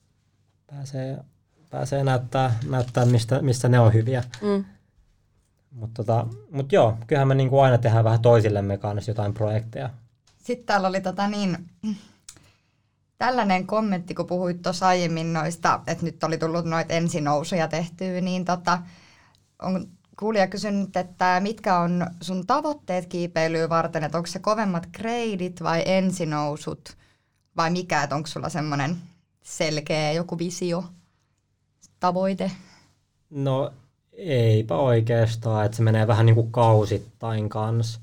pääsee, pääsee näyttää, näyttää mistä, missä ne on hyviä. Mm. Mutta tota, mut joo, kyllähän me niinku aina tehdään vähän toisillemme kanssa jotain projekteja. Sitten täällä oli tota niin, tällainen kommentti, kun puhuit tuossa aiemmin noista, että nyt oli tullut noita ensinousuja tehtyä, niin tota, on kuulija kysynyt, että mitkä on sun tavoitteet kiipeilyä varten, että onko se kovemmat kreidit vai ensinousut vai mikä, että onko sulla semmoinen selkeä joku visio, tavoite? No eipä oikeastaan, että se menee vähän niin kuin kausittain kanssa.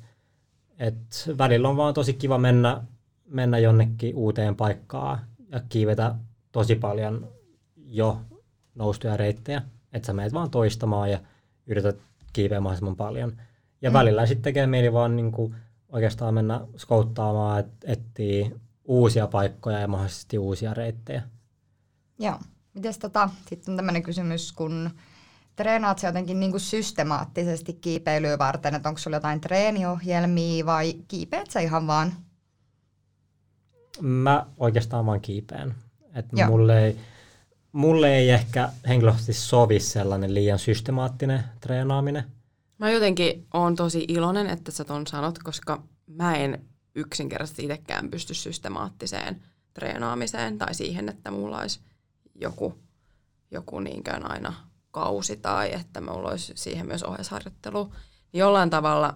Et välillä on vaan tosi kiva mennä, mennä jonnekin uuteen paikkaan ja kiivetä tosi paljon jo noustuja reittejä, että sä menet vaan toistamaan ja yrität kiiveä mahdollisimman paljon. Ja mm. välillä sitten tekee mieli vaan niin kuin oikeastaan mennä skouttaamaan, et, etsiä uusia paikkoja ja mahdollisesti uusia reittejä. Joo. Mites tota, sitten on tämmöinen kysymys, kun treenaat sä jotenkin niin kuin systemaattisesti kiipeilyä varten, että onko sulla jotain treeniohjelmia vai kiipeät sä ihan vaan? Mä oikeastaan vaan kiipeen. Että mulle ei, mulle ei ehkä henkilökohtaisesti sovi sellainen liian systemaattinen treenaaminen. Mä jotenkin oon tosi iloinen, että sä ton sanot, koska mä en yksinkertaisesti itsekään pysty systemaattiseen treenaamiseen tai siihen, että mulla olisi joku, joku niinkään aina kausi tai että mulla olisi siihen myös ohjausharjoittelu. Jollain tavalla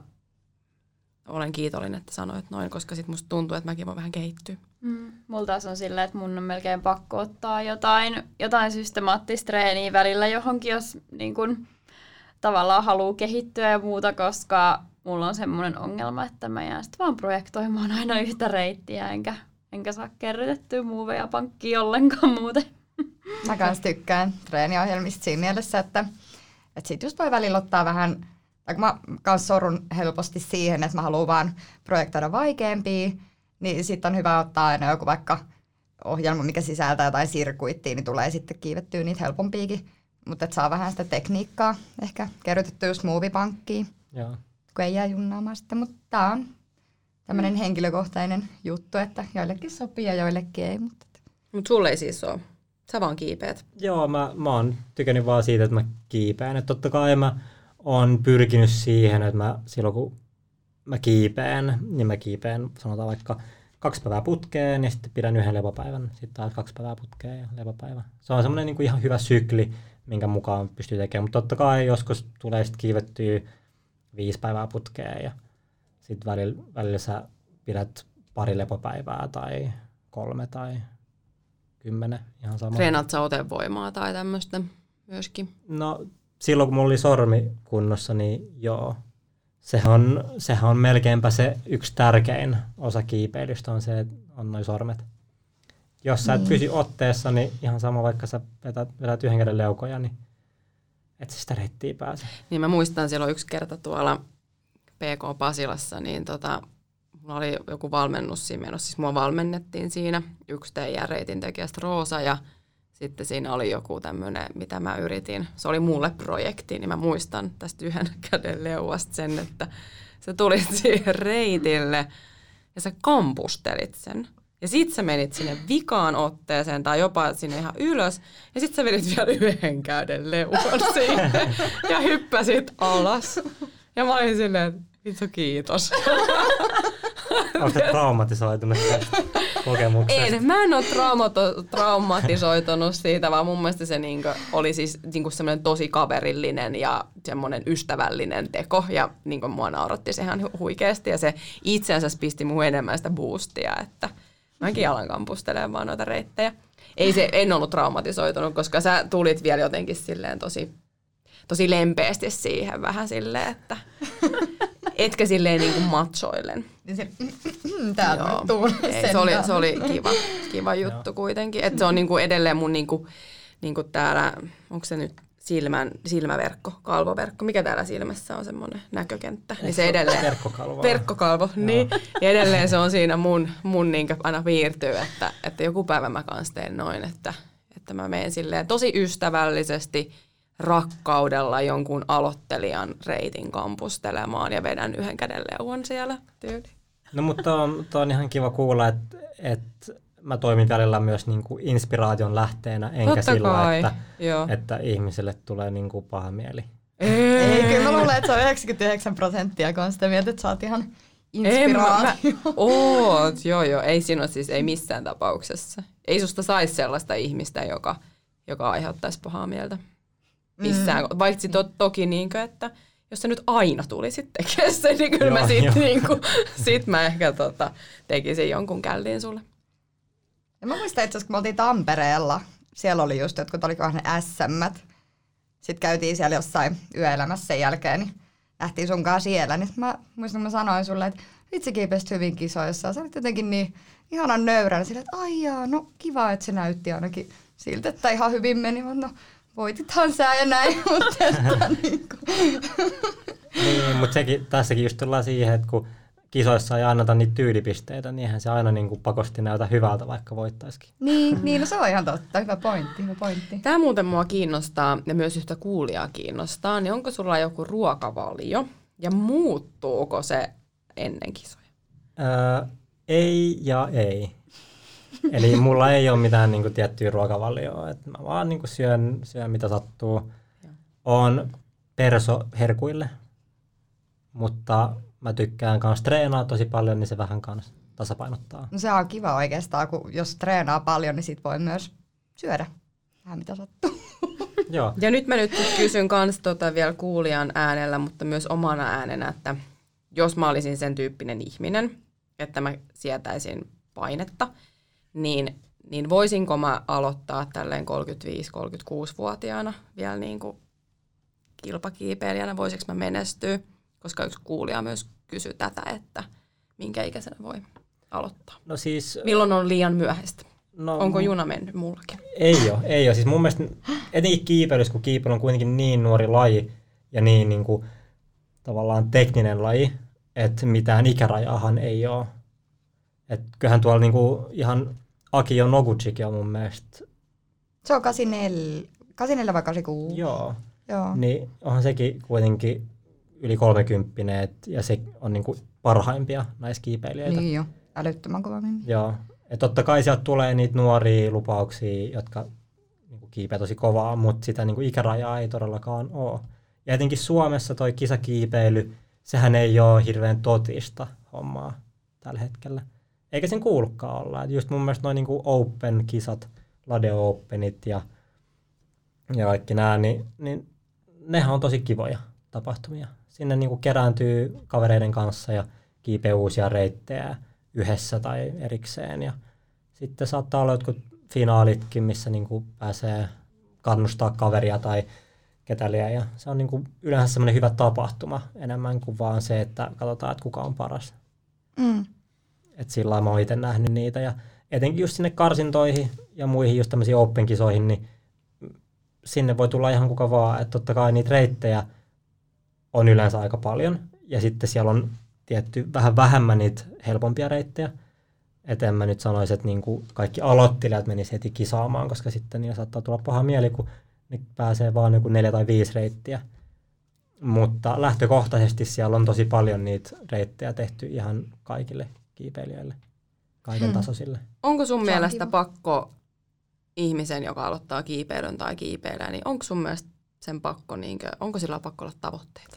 olen kiitollinen, että sanoit noin, koska sit musta tuntuu, että mäkin voin vähän kehittyä. Mm. Mulla taas on silleen, että mun on melkein pakko ottaa jotain, jotain systemaattista treeniä välillä johonkin, jos niin kun, tavallaan haluaa kehittyä ja muuta, koska mulla on semmoinen ongelma, että mä jään sitten vaan projektoimaan aina yhtä reittiä, enkä, enkä saa kerrytettyä muuveja pankkiin ollenkaan muuten. Mä kans tykkään treeniohjelmista siinä mielessä, että, että sit just voi välillä ottaa vähän, tai kun mä kans sorun helposti siihen, että mä haluan vaan projektoida vaikeampia, niin sitten on hyvä ottaa aina joku vaikka ohjelma, mikä sisältää jotain sirkuittia, niin tulee sitten kiivettyä niitä helpompiakin. Mutta että saa vähän sitä tekniikkaa ehkä kerrytettyä just muuvipankkiin, Joo. kun ei jää junnaamaan sitten. Mutta tää on tämmöinen Mm. henkilökohtainen juttu, että joillekin sopii ja joillekin ei. Mutta Mut sulle ei siis ole. Sä vaan kiipeät. Joo, mä, mä oon tykännyt vaan siitä, että mä kiipeän. Et totta kai mä oon pyrkinyt siihen, että mä silloin kun mä kiipeän, niin mä kiipeän sanotaan vaikka kaksi päivää putkeen ja sitten pidän yhden lepopäivän, sitten taas kaksi päivää putkeen ja lepopäivä. Se on semmoinen niin kuin ihan hyvä sykli, minkä mukaan pystyy tekemään, mutta totta kai joskus tulee sitten kiivettyä viisi päivää putkeen ja sitten välillä, välillä sä pidät pari lepopäivää tai kolme tai kymmenen, ihan sama. Treenaat sä otevoimaa tai tämmöistä myöskin? No silloin kun mulla oli sormi kunnossa, niin joo. Sehän on, sehän on melkeinpä se yksi tärkein osa kiipeilystä on se, että on noi sormet. Jos sä et Niin. pysy otteessa, niin ihan sama vaikka sä vedät, vedät yhden käden leukoja, niin et sä sitä reittiä pääse. Niin mä muistan silloin yksi kerta tuolla P K Pasilassa, niin tota, mulla oli joku valmennus siinä menossa. Siis mua valmennettiin siinä yksi teidän reitin tekijästä Roosa ja sitten siinä oli joku tämmöinen, mitä mä yritin. Se oli mulle projekti, niin mä muistan tästä yhden käden leuasta sen, että sä tulit siihen reitille ja sä kampustelit sen. Ja sit sä menit sinne vikaan otteeseen tai jopa sinne ihan ylös. Ja sit sä vedit vielä yhden käden leuan siihen ja hyppäsit alas. Ja mä olin silleen, että vittu kiitos. Onko se traumatisoitunut tästä kokemuksesta? En, mä en ole traumato- traumatisoitunut siitä, vaan mun mielestä se niinku oli siis niinku semmoinen tosi kaverillinen ja semmoinen ystävällinen teko. Ja niinku mua nauratti se ihan hu- huikeasti ja se itse asiassa pisti mun enemmän sitä boostia, että mäkin alan kampustelemaan vaan noita reittejä. Ei se, en ollut traumatisoitunut, koska sä tulit vielä jotenkin silleen tosi, tosi lempeästi siihen vähän silleen, että etkä silleen niinku machoillen. niin se, täältä Joo. nyt tuulee Ei, se, oli, se oli kiva, kiva juttu kuitenkin. Että se on niinku edelleen mun niinku, niinku täällä, onko se nyt silmän, silmäverkko, kalvoverkko, mikä täällä silmässä on semmoinen näkökenttä. Niin se edelleen, Verkkokalvo. verkkokalvo, niin. Ja edelleen se on siinä mun, mun niinku aina viirtyy, että, että joku päivä mä kans teen noin, että, että mä menen silleen tosi ystävällisesti, rakkaudella jonkun aloittelijan reitin kampustelemaan ja vedän yhden käden leuan siellä tyyli. No mutta on, on ihan kiva kuulla, että, että mä toimin välillä myös niin kuin inspiraation lähteenä, enkä Totta sillä, kai. että, Joo. että ihmiselle tulee niin kuin paha mieli. Ei, kyllä mä luulen, että se on yhdeksänkymmentäyhdeksän prosenttia, kun on sitä mieltä, että sä oot ihan En mä, mä, inspiraatio. oot, joo joo, ei siinä ole siis, ei missään tapauksessa. Ei susta saisi sellaista ihmistä, joka, joka aiheuttaisi pahaa mieltä. Missään, mm. vaikka to, toki niinkö, että jos sä nyt aina tulisit tekemään sen, niin kyllä Joo, mä sit, joo. niinku, sit mä ehkä tota, tekisin jonkun källiin sulle. Ja mä muistan itse asiassa, kun me oltiin Tampereella, siellä oli just jotkut, olikohan ne äs ämmät. Sitten käytiin siellä jossain yöelämässä sen jälkeen, niin nähtiin sunkaan siellä. Niin mä muistan, mä sanoin sulle, että itse kiipesit hyvin kisoissa. Sä olit jotenkin niin ihanan nöyränä silleen, että ai jaa, no kiva, että se näytti ainakin siltä, että ihan hyvin meni. Mutta no, voitithan sä ja näin, mutta että niin kuin. Niin, mutta sekin, tässäkin just tullaan siihen, että kun kisoissa ei anneta niitä tyylipisteitä, niin eihän se aina niin kuin pakosti näytä hyvältä, vaikka voittaisikin. Niin, niin, no se on ihan totta. Hyvä pointti, hyvä pointti. Tämä muuten mua kiinnostaa ja myös yhtä kuulijaa kiinnostaa, niin onko sulla joku ruokavalio ja muuttuuko se ennen kisoja? Öö, ei ja ei. Eli mulla ei ole mitään niin kuin tiettyä ruokavalioa, että mä vaan niin kuin syön, syön mitä sattuu. Oon perso herkuille, mutta mä tykkään kans treenaa tosi paljon, niin se vähän kans tasapainottaa. No se on kiva oikeastaan, kun jos treenaa paljon, niin sit voi myös syödä vähän mitä sattuu. Joo. Ja nyt mä nyt kysyn kans tota vielä kuulijan äänellä, mutta myös omana äänenä, että jos mä olisin sen tyyppinen ihminen, että mä sietäisin painetta, niin, niin voisinko mä aloittaa tälleen kolmekymmentäviisi-kolmekymmentäkuusi-vuotiaana vielä niin kuin kilpakiipeilijänä, voisiko mä menestyä? Koska yksi kuulija myös kysyi tätä, että minkä ikäisenä voi aloittaa. No siis, milloin on liian myöhäistä? no, Onko juna mennyt mullakin? Ei ole, ei ole. Siis mun mielestä etenkin kiipeilyssä, kun kiipeily on kuitenkin niin nuori laji ja niin, niin kuin, tavallaan tekninen laji, että mitään ikärajaahan ei ole. Et kyllähän tuolla niin kuin, ihan Akio Noguchikin on mun mielestä. Se on kahdeksankymmentäneljä, kahdeksankymmentäneljä vai kahdeksankymmentäkuusi? Joo. Joo. Niin onhan sekin kuitenkin yli kolmekymppinen, ja se on niin kuin parhaimpia naiskiipeilijöitä. Niin jo, älyttömän kova meni. Joo. Et totta kai sieltä tulee niitä nuoria lupauksia, jotka niin kuin kiipeä tosi kovaa, mutta sitä niin kuin ikärajaa ei todellakaan ole. Ja etenkin Suomessa toi kisakiipeily, sehän ei ole hirveän totista hommaa tällä hetkellä. Eikä sen kuulukaan olla. Et just mun mielestä noin niin kuin Open-kisat, Lade Openit ja, ja kaikki nämä, niin, niin nehän on tosi kivoja tapahtumia. Sinne niin kuin kerääntyy kavereiden kanssa ja kiipeä uusia reittejä yhdessä tai erikseen. Ja sitten saattaa olla jotkut finaalitkin, missä niin kuin pääsee kannustaa kaveria tai ketäliä. Ja se on niin kuin yleensä semmoinen hyvä tapahtuma enemmän kuin vaan se, että katsotaan, että kuka on paras. Mm. Et sillä lailla mä oon itse nähnyt niitä. Ja etenkin just sinne karsintoihin ja muihin just tämmöisiin open-kisoihin, niin sinne voi tulla ihan kuka vaan. Että totta kai niitä reittejä on yleensä aika paljon. Ja sitten siellä on tietty vähän vähemmän niitä helpompia reittejä. Et en mä nyt sanoisi, että niinku kaikki aloittelijat menis heti kisaamaan, koska sitten niillä saattaa tulla paha mieli, kun ne pääsee vaan joku neljä tai viisi reittiä. Mutta lähtökohtaisesti siellä on tosi paljon niitä reittejä tehty ihan kaikille kiipeilijöille, kaiken Hmm. tasoisille. Onko sun Se on mielestä kiva. pakko ihmisen, joka aloittaa kiipeilyn tai kiipeilee, niin onko sun mielestä sen pakko, niinkö, onko sillä pakko olla tavoitteita?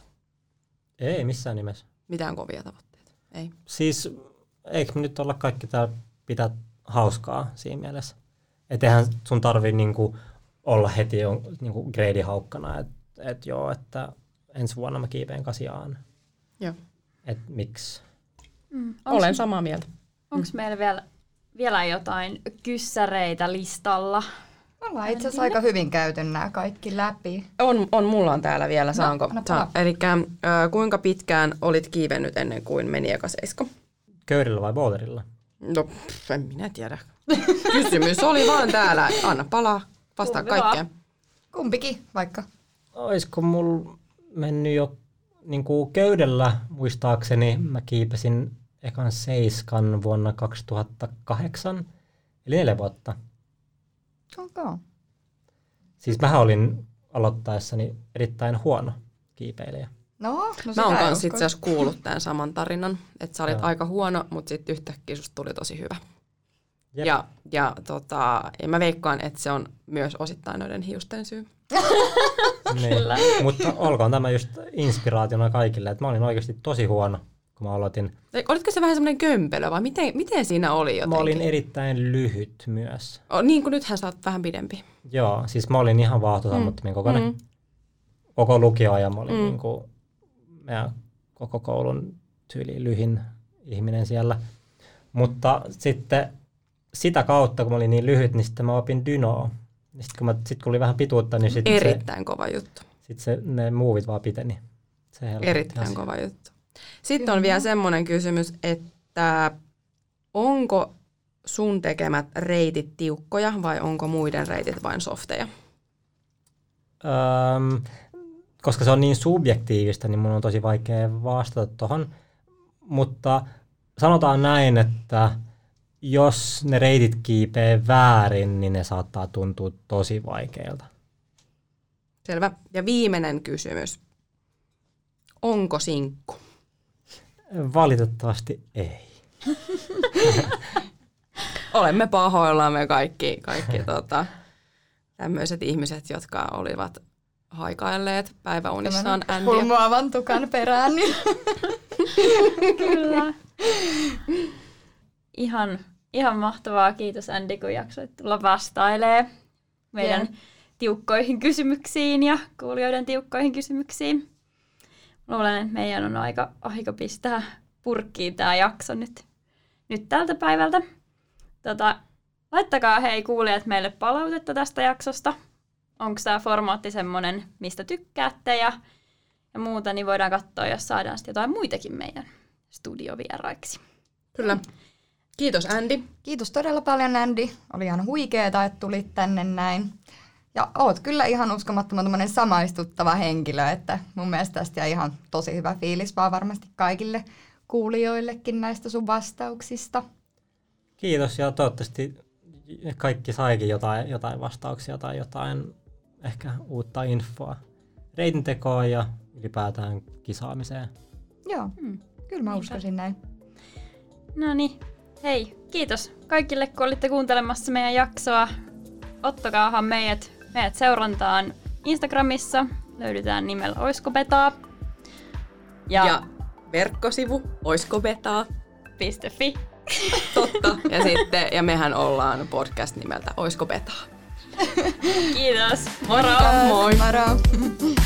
Ei missään nimessä. Mitään kovia tavoitteita? Ei. Siis eikö me nyt olla kaikki täällä pitää hauskaa siinä mielessä? Et eihän sun tarvii niinku olla heti jo niinku gradihaukkana, että et joo, että ensi vuonna mä kiipeen kasiaan. Joo. Et miksi? Mm. Olen samaa mieltä. Onko meillä vielä, vielä jotain kyssäreitä listalla? Ollaan itse asiassa aika hyvin käyty nämä kaikki läpi. On, on mulla on täällä vielä, saanko? anna Saan. palaa. Elikkä äh, kuinka pitkään olit kiivennyt ennen kuin meni eka seiska? Köyrillä vai boulderilla? No, pff, en minä tiedä. Kysymys oli vaan täällä. Anna palaa, vastaa Kumpi vaan. kaikkeen. Kumpikin vaikka. Olisiko mulla mennyt jo niin kuin köydellä muistaakseni, mä kiipesin ekan seiskan vuonna kaksituhattakahdeksan, eli neljä vuotta. Okay. Siis mähän olin aloittaessani erittäin huono kiipeilijä. No, no Mä sitä oon ei kans itse usko. asiassa kuullut tämän saman tarinan, että sä olit Joo. aika huono, mutta sitten yhtäkkiä susta tuli tosi hyvä. Jep. Ja, ja, tota, ja mä veikkaan, että se on myös osittain noiden hiusten syy. Niin. Kyllä. Mutta olkoon tämä just inspiraationa kaikille, että mä olin oikeasti tosi huono, kun mä aloitin. Ei, Olitko se vähän semmoinen kömpelö vai miten, miten siinä oli jotenkin? Mä olin erittäin lyhyt myös. O, niin kuin nythän sä oot vähän pidempi. Joo, siis mä olin ihan vaahtosammuttimien kokoinen. Mm. Koko lukioajan mä olin Mm. niin kuin meidän koko koulun tyyli lyhin ihminen siellä. Mutta sitten sitä kautta, kun mä olin niin lyhyt, niin sitten mä opin dynoa. Sitten kun, mä, sit kun oli vähän pituutta, niin sitten se, Erittäin kova juttu. sit se, ne muuvit vaan piteni. Se helpotti Erittäin asiaa. kova juttu. Sitten on vielä semmoinen kysymys, että onko sun tekemät reitit tiukkoja vai onko muiden reitit vain softeja? Öm, koska se on niin subjektiivista, niin mun on tosi vaikea vastata tuohon. Mutta sanotaan näin, että jos ne reitit kiipee väärin, niin ne saattaa tuntua tosi vaikeilta. Selvä. Ja viimeinen kysymys. Onko sinkku? Valitettavasti ei. Olemme pahoillamme kaikki, kaikki tota, tämmöiset ihmiset, jotka olivat haikailleet päiväunissaan Andyä. Hulmuavan tukan perään. Niin. Kyllä. Ihan, ihan mahtavaa. Kiitos Andy, kun jaksoit tulla vastailee meidän Jep. tiukkoihin kysymyksiin ja kuulijoiden tiukkoihin kysymyksiin. Luulen, että meidän on aika, aika pistää purkkiin tämä jakso nyt, nyt tältä päivältä. Tota, laittakaa hei kuulijat meille palautetta tästä jaksosta. Onko tämä formaatti semmoinen, mistä tykkäätte ja, ja muuta, niin voidaan katsoa, jos saadaan sitten jotain muitakin meidän studiovieraiksi. Kyllä. Kiitos Andy. Kiitos todella paljon Andy. Oli ihan huikeeta, että tulit tänne näin. Ja oot kyllä ihan uskomattoman samaistuttava henkilö, että mun mielestä tästä jäi ihan tosi hyvä fiilis vaan varmasti kaikille kuulijoillekin näistä sun vastauksista. Kiitos ja toivottavasti kaikki saikin jotain, jotain vastauksia tai jotain ehkä uutta infoa reitintekoon ja ylipäätään kisaamiseen. Joo, hmm. kyllä mä uskoisin näin. No niin, hei, kiitos kaikille kun olitte kuuntelemassa meidän jaksoa. Ottakaahan meidät, meidät seurantaan Instagramissa, löydetään nimellä Oisko Betaa. Ja, ja verkkosivu oiskobetaa piste fi. Totta. Ja sitten, ja mehän ollaan podcast nimeltä Oisko Betaa. Kiitos. Moro. Moro. Moro.